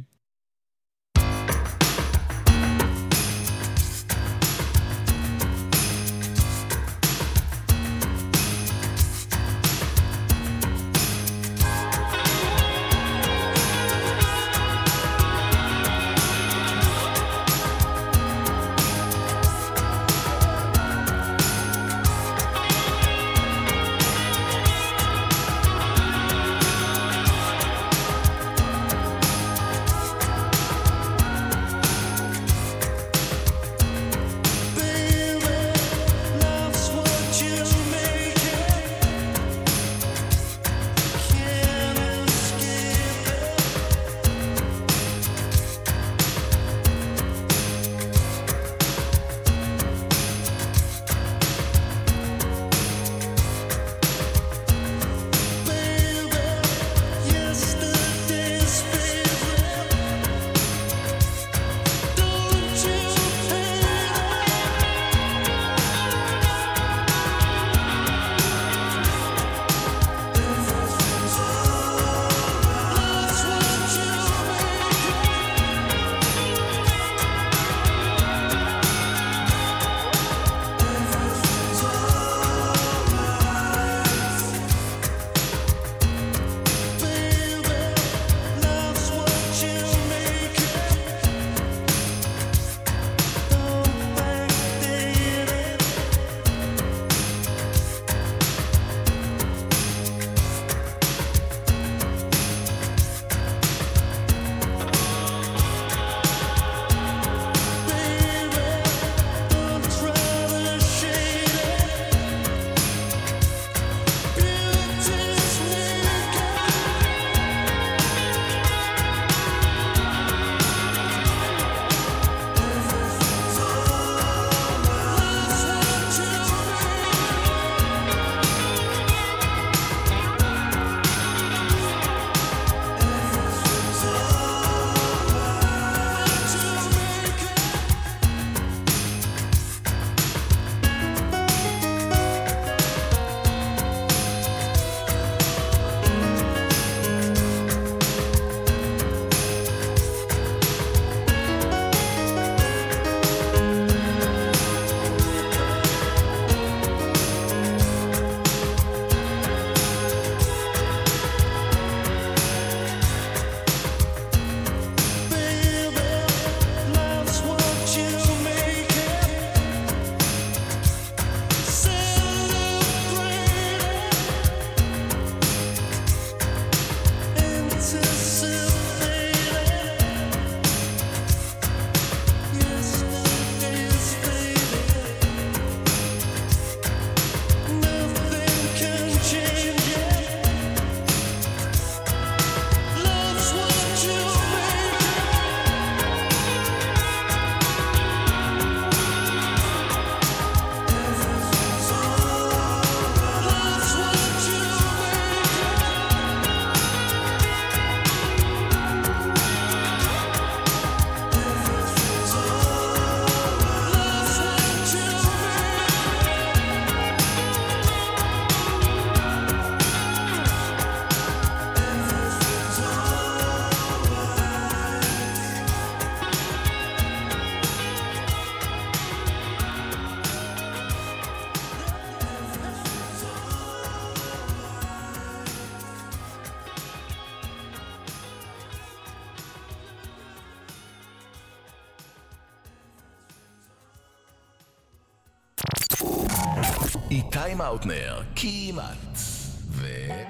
איתי מאוטנר, כמעט, ו...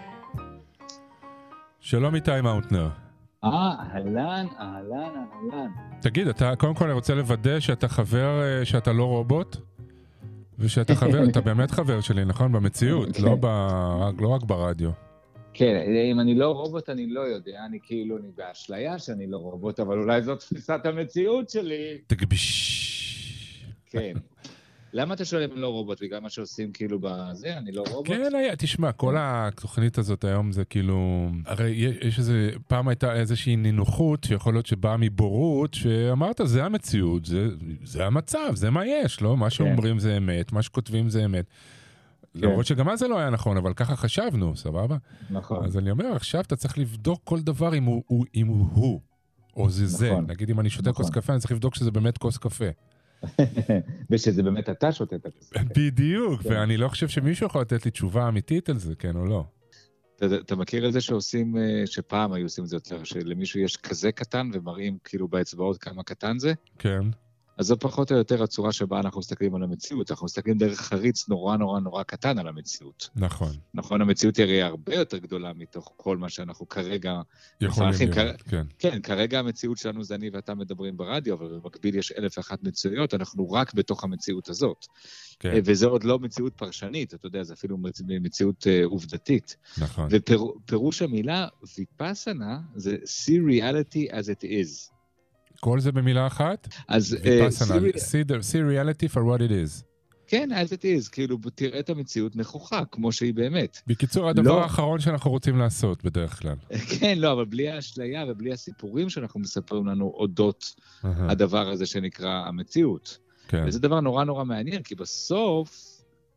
שלום איתי מאוטנר. אה, אהלן, אהלן, אהלן. תגיד, אתה, קודם כל אני רוצה לוודא שאתה חבר, שאתה לא רובוט, ושאתה חבר, אתה באמת חבר שלי, נכון? במציאות, לא, ב, לא רק ברדיו. כן, אם אני לא רובוט, אני לא יודע, אני כאילו, אני באשליה שאני לא רובוט, אבל אולי זאת תפיסת המציאות שלי. תגביש. כן. למה אתה שואל אם אני לא רובוט? בגלל מה שעושים כאילו בזה, אני לא רובוט? כן, היה, תשמע, כל התוכנית הזאת היום זה כאילו, הרי יש איזה, פעם הייתה איזושהי נינוחות שיכול להיות שבאה מבורות, שאמרת, זה המציאות, זה, זה המצב, זה מה יש, לא? מה שאומרים זה אמת, מה שכותבים זה אמת. למרות שגם אז זה לא היה נכון, אבל ככה חשבנו, סבבה? נכון. אז אני אומר, עכשיו אתה צריך לבדוק כל דבר אם הוא, אם הוא, הוא או זה זה. נגיד, אם אני שותה כוס קפה, אני צריך לבדוק שזה באמת כוס קפה. ושזה באמת אתה שותה את הכוס קפה. בדיוק, ואני לא חושב שמישהו יכול לתת לי תשובה אמיתית על זה, כן או לא. אתה מכיר את זה שעושים, שפעם היו עושים את זה יותר, שלמישהו יש כזה קטן ומראים כאילו באצבעות כמה קטן זה? כן. אז זו פחות או יותר הצורה שבה אנחנו מסתכלים על המציאות. אנחנו מסתכלים דרך חריץ נורא נורא נורא קטן על המציאות. נכון. נכון, המציאות היא הרבה יותר גדולה מתוך כל מה שאנחנו כרגע... יכולים לראות, כר... כן. כן, כרגע המציאות שלנו זה אני ואתה מדברים ברדיו, אבל במקביל יש אלף ואחת מציאויות, אנחנו רק בתוך המציאות הזאת. כן. וזה עוד לא מציאות פרשנית, אתה יודע, זה אפילו מציאות uh, עובדתית. נכון. ופירוש המילה ויפאסנה זה see reality as it is. כל זה במילה אחת? אז... ויפאסנה, see reality for what it is. כן, as it is, כאילו, תראה את המציאות נכוחה, כמו שהיא באמת. בקיצור, הדבר האחרון שאנחנו רוצים לעשות בדרך כלל. כן, לא, אבל בלי האשליה ובלי הסיפורים שאנחנו מספרים לנו אודות הדבר הזה שנקרא המציאות. וזה דבר נורא נורא מעניין, כי בסוף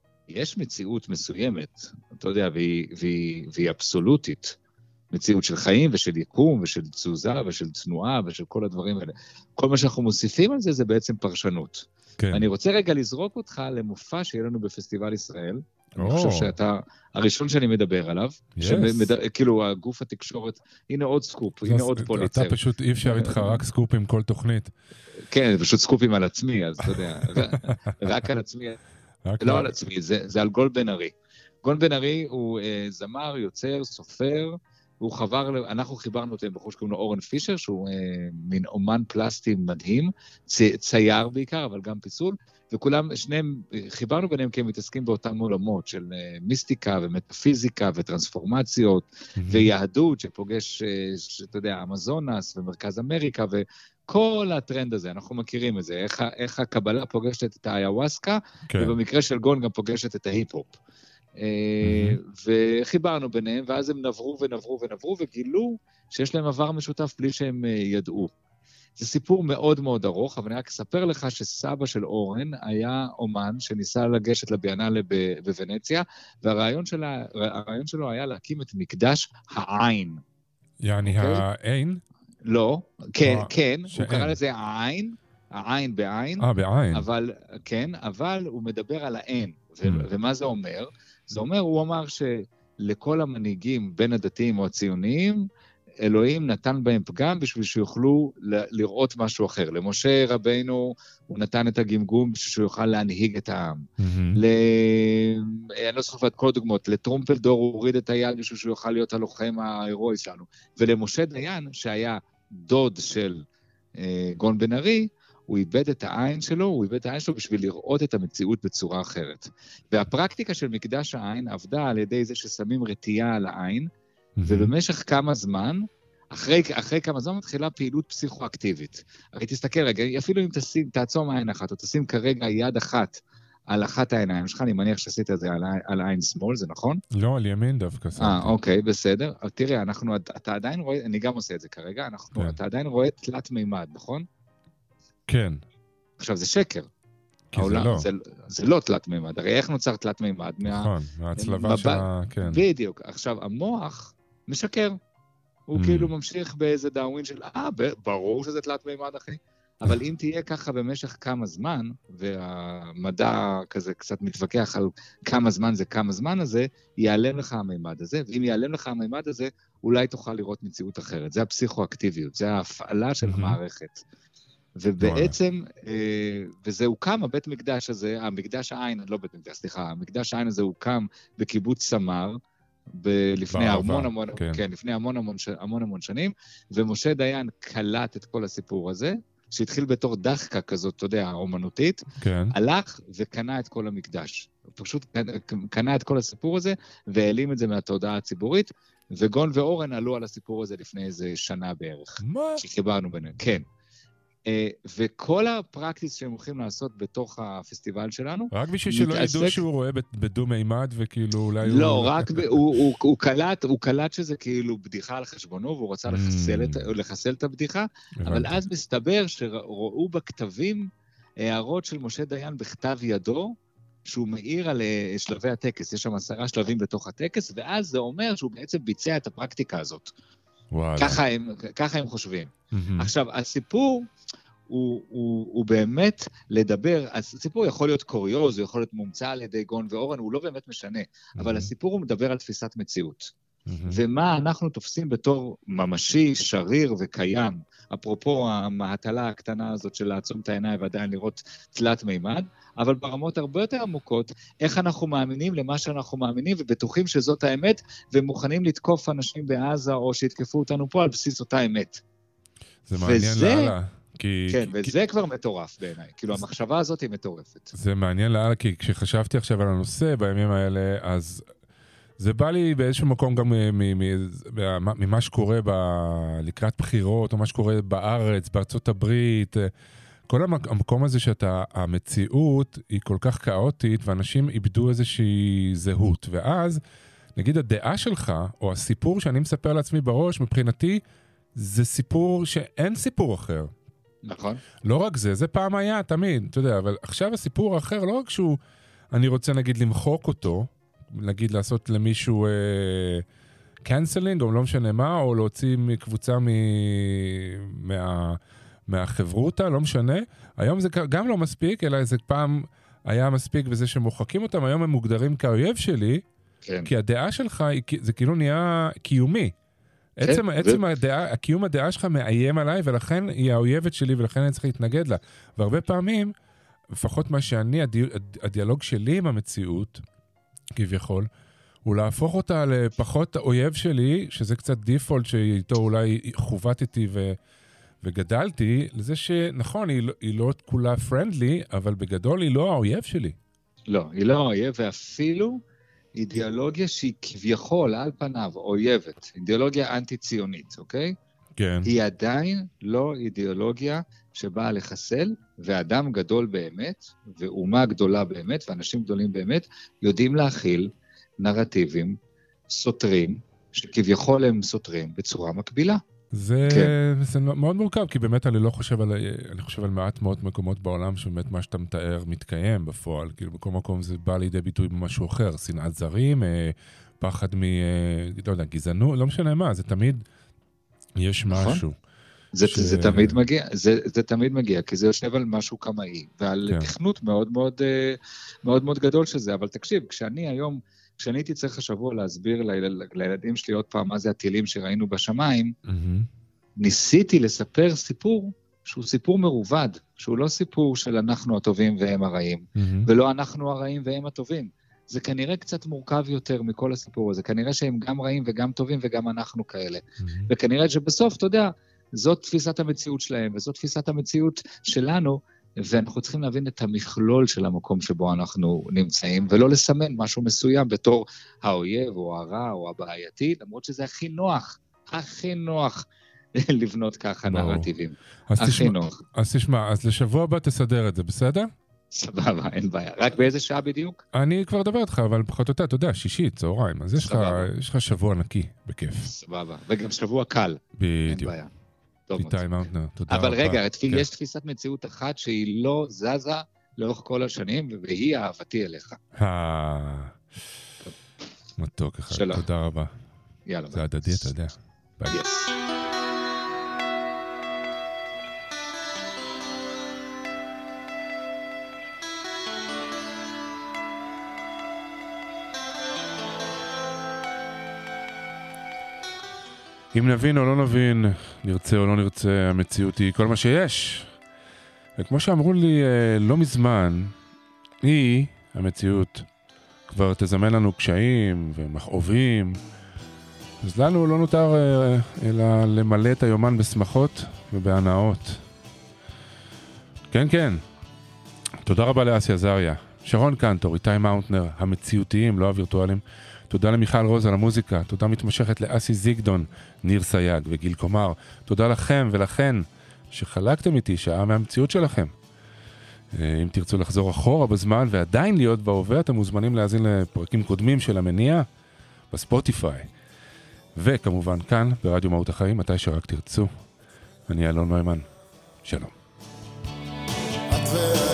יש מציאות מסוימת, אתה יודע, והיא אבסולוטית. מציאות של חיים ושל יקום ושל תזוזה ושל תנועה ושל כל הדברים האלה. כל מה שאנחנו מוסיפים על זה זה בעצם פרשנות. כן. אני רוצה רגע לזרוק אותך למופע שיהיה לנו בפסטיבל ישראל. Oh. אני חושב שאתה הראשון שאני מדבר עליו. Yes. שמד... כאילו הגוף התקשורת, הנה עוד סקופ, הנה עוד פוליצר. אתה פשוט אי אפשר איתך רק סקופים כל תוכנית. כן, פשוט סקופים על עצמי, אז אתה יודע, רק על עצמי. רק לא על עצמי, זה, זה על גול בן ארי. גול בן ארי הוא אה, זמר, יוצר, סופר, הוא חבר, אנחנו חיברנו אותו עם בחור שקוראים לו אורן פישר, שהוא אה, מין אומן פלסטי מדהים, צ, צייר בעיקר, אבל גם פיסול, וכולם, שניהם, חיברנו ביניהם כי הם מתעסקים באותם עולמות של אה, מיסטיקה ומטאפיזיקה וטרנספורמציות, mm-hmm. ויהדות שפוגש, אה, שאתה יודע, אמזונס ומרכז אמריקה, וכל הטרנד הזה, אנחנו מכירים את זה, איך, איך הקבלה פוגשת את האיוואסקה, okay. ובמקרה של גון גם פוגשת את ההיפ-הופ. וחיברנו ביניהם, ואז הם נברו ונברו ונברו, וגילו שיש להם עבר משותף בלי שהם ידעו. זה סיפור מאוד מאוד ארוך, אבל אני רק אספר לך שסבא של אורן היה אומן שניסה לגשת לביאנלה בוונציה, והרעיון שלה, הרעיון שלו היה להקים את מקדש העין. יעני העין? לא, כן, כן, הוא קרא לזה העין, העין בעין. אה, בעין. אבל, כן, אבל הוא מדבר על העין. ומה זה אומר? זה אומר, הוא אמר שלכל המנהיגים בין הדתיים או הציוניים, אלוהים נתן בהם פגם בשביל שיוכלו לראות משהו אחר. למשה רבינו הוא נתן את הגמגום בשביל שהוא יוכל להנהיג את העם. ל... אני לא זוכר את כל הדוגמאות, לטרומפלדור הוא הוריד את היד בשביל שהוא יוכל להיות הלוחם ההירואי שלנו. ולמשה דיין, שהיה דוד של אה, גון בן ארי, הוא איבד את העין שלו, הוא איבד את העין שלו בשביל לראות את המציאות בצורה אחרת. והפרקטיקה של מקדש העין עבדה על ידי זה ששמים רטייה על העין, mm-hmm. ובמשך כמה זמן, אחרי, אחרי כמה זמן מתחילה פעילות פסיכואקטיבית. הרי תסתכל רגע, אפילו אם תשים, תעצום עין אחת, או תשים כרגע יד אחת על אחת העיניים שלך, אני מניח שעשית את זה על, על העין שמאל, זה נכון? לא, על ימין דווקא. אה, אוקיי, בסדר. תראה, אנחנו, אתה עדיין רואה, אני גם עושה את זה כרגע, אנחנו, כן. אתה עדיין רואה תלת מימד, נכון? כן. עכשיו, זה שקר. כי העולם, זה לא. זה, זה לא תלת מימד. הרי איך נוצר תלת מימד? נכון, מה... מההצלבה של ה... כן. בדיוק. עכשיו, המוח משקר. הוא mm. כאילו ממשיך באיזה דאווין של, אה, ברור שזה תלת מימד, אחי. אבל אם תהיה ככה במשך כמה זמן, והמדע כזה קצת מתווכח על כמה זמן זה כמה זמן הזה, ייעלם לך המימד הזה, ואם ייעלם לך המימד הזה, אולי תוכל לראות מציאות אחרת. זה הפסיכואקטיביות, זה ההפעלה של mm-hmm. המערכת. ובעצם, וזה הוקם, הבית מקדש הזה, המקדש העין, לא בית מקדש, סליחה, המקדש העין הזה הוקם בקיבוץ סמר, לפני המון המון, כן, לפני המון המון, המון המון שנים, ומשה דיין קלט את כל הסיפור הזה, שהתחיל בתור דחקה כזאת, אתה יודע, אומנותית, כן. הלך וקנה את כל המקדש. פשוט קנה את כל הסיפור הזה, והעלים את זה מהתודעה הציבורית, וגון ואורן עלו על הסיפור הזה לפני איזה שנה בערך. מה? שחיברנו ביניהם, כן. וכל הפרקטיס שהם הולכים לעשות בתוך הפסטיבל שלנו... רק בשביל שלא ידעו שהוא רואה בדו מימד, וכאילו אולי... לא, רק הוא קלט שזה כאילו בדיחה על חשבונו, והוא רצה לחסל את הבדיחה, אבל אז מסתבר שראו בכתבים הערות של משה דיין בכתב ידו, שהוא מאיר על שלבי הטקס, יש שם עשרה שלבים בתוך הטקס, ואז זה אומר שהוא בעצם ביצע את הפרקטיקה הזאת. ככה הם, ככה הם חושבים. עכשיו, הסיפור הוא, הוא, הוא באמת לדבר, הסיפור יכול להיות קוריוז, הוא יכול להיות מומצא על ידי גון ואורן, הוא לא באמת משנה, אבל הסיפור הוא מדבר על תפיסת מציאות. ומה אנחנו תופסים בתור ממשי, שריר וקיים, אפרופו המהטלה הקטנה הזאת של לעצום את העיניים ועדיין לראות תלת מימד, אבל ברמות הרבה יותר עמוקות, איך אנחנו מאמינים למה שאנחנו מאמינים, ובטוחים שזאת האמת, ומוכנים לתקוף אנשים בעזה, או שיתקפו אותנו פה על בסיס אותה אמת. זה מעניין לאללה. כי... כן, וזה כי... כבר מטורף בעיניי. כאילו, המחשבה הזאת היא מטורפת. זה מעניין לאללה, כי כשחשבתי עכשיו על הנושא בימים האלה, אז זה בא לי באיזשהו מקום גם ממה שקורה ב... לקראת בחירות, או מה שקורה בארץ, בארצות הברית, כל המקום הזה שאתה, המציאות היא כל כך כאוטית, ואנשים איבדו איזושהי זהות, ואז, נגיד, הדעה שלך, או הסיפור שאני מספר לעצמי בראש, מבחינתי, זה סיפור שאין סיפור אחר. נכון. לא רק זה, זה פעם היה, תמיד, אתה יודע, אבל עכשיו הסיפור האחר, לא רק שהוא, אני רוצה, נגיד, למחוק אותו, נגיד, לעשות למישהו קאנסלינג, או לא משנה מה, או להוציא מקבוצה מ... מה... מהחברותה, לא משנה. היום זה גם לא מספיק, אלא איזה פעם היה מספיק בזה שמוחקים אותם, היום הם מוגדרים כאויב שלי, כן. כי הדעה שלך, זה כאילו נהיה קיומי. כן. עצם, ו... עצם הדעה, הקיום הדעה שלך מאיים עליי, ולכן היא האויבת שלי, ולכן אני צריך להתנגד לה. והרבה פעמים, לפחות מה שאני, הדי... הדיאלוג שלי עם המציאות, כביכול, הוא להפוך אותה לפחות האויב שלי, שזה קצת דיפולט שאיתו אולי חובטתי ו... וגדלתי לזה שנכון, היא לא, היא לא כולה פרנדלי, אבל בגדול היא לא האויב שלי. לא, היא לא האויב, ואפילו אידיאולוגיה שהיא כביכול על פניו אויבת, אידיאולוגיה אנטי-ציונית, אוקיי? כן. היא עדיין לא אידיאולוגיה שבאה לחסל, ואדם גדול באמת, ואומה גדולה באמת, ואנשים גדולים באמת, יודעים להכיל נרטיבים סותרים, שכביכול הם סותרים בצורה מקבילה. זה, כן. זה מאוד מורכב, כי באמת אני לא חושב על, אני חושב על מעט מאוד מקומות בעולם, שבאמת מה שאתה מתאר מתקיים בפועל, כאילו בכל מקום זה בא לידי ביטוי במשהו אחר, שנאת זרים, פחד מ, לא יודע, גזענות, לא משנה מה, זה תמיד, יש משהו. זה, ש... זה תמיד מגיע, זה, זה תמיד מגיע, כי זה יושב על משהו קמאי, ועל כן. תכנות מאוד מאוד, מאוד מאוד גדול שזה, אבל תקשיב, כשאני היום, כשאני הייתי צריך השבוע להסביר ליל... לילדים שלי עוד פעם מה זה הטילים שראינו בשמיים, mm-hmm. ניסיתי לספר סיפור שהוא סיפור מרובד, שהוא לא סיפור של אנחנו הטובים והם הרעים, mm-hmm. ולא אנחנו הרעים והם הטובים. זה כנראה קצת מורכב יותר מכל הסיפור הזה, כנראה שהם גם רעים וגם טובים וגם אנחנו כאלה. Mm-hmm. וכנראה שבסוף, אתה יודע, זאת תפיסת המציאות שלהם, וזאת תפיסת המציאות שלנו, ואנחנו צריכים להבין את המכלול של המקום שבו אנחנו נמצאים, ולא לסמן משהו מסוים בתור האויב או הרע או הבעייתי, למרות שזה הכי נוח, הכי נוח לבנות ככה נרטיבים. הכי נוח. אז תשמע, אז לשבוע הבא תסדר את זה, בסדר? סבבה, אין בעיה. רק באיזה שעה בדיוק? אני כבר אדבר איתך, אבל פחות אותה, אתה יודע, שישית, צהריים, אז יש לך שבוע נקי, בכיף. סבבה, וגם שבוע קל. בדיוק. אין בעיה. איתי מאונטנר, תודה רבה. אבל רגע, יש תפיסת מציאות אחת שהיא לא זזה לאורך כל השנים, והיא אהבתי אליך. מתוק אחד, תודה רבה. יאללה. זה הדדי, אתה יודע. ביי. אם נבין או לא נבין, נרצה או לא נרצה, המציאות היא כל מה שיש. וכמו שאמרו לי לא מזמן, היא, המציאות, כבר תזמן לנו קשיים ומכאובים. אז לנו לא נותר אלא למלא את היומן בשמחות ובהנאות. כן, כן. תודה רבה לאסי עזריה. שרון קנטור, איתי מאונטנר, המציאותיים, לא הווירטואלים. תודה למיכל רוז על המוזיקה, תודה מתמשכת לאסי זיגדון, ניר סייג וגיל קומר. תודה לכם ולכן שחלקתם איתי שעה מהמציאות שלכם. אם תרצו לחזור אחורה בזמן ועדיין להיות בהווה, אתם מוזמנים להאזין לפרקים קודמים של המניע בספוטיפיי. וכמובן כאן ברדיו מהות החיים, מתי שרק תרצו. אני אלון נוימן. שלום.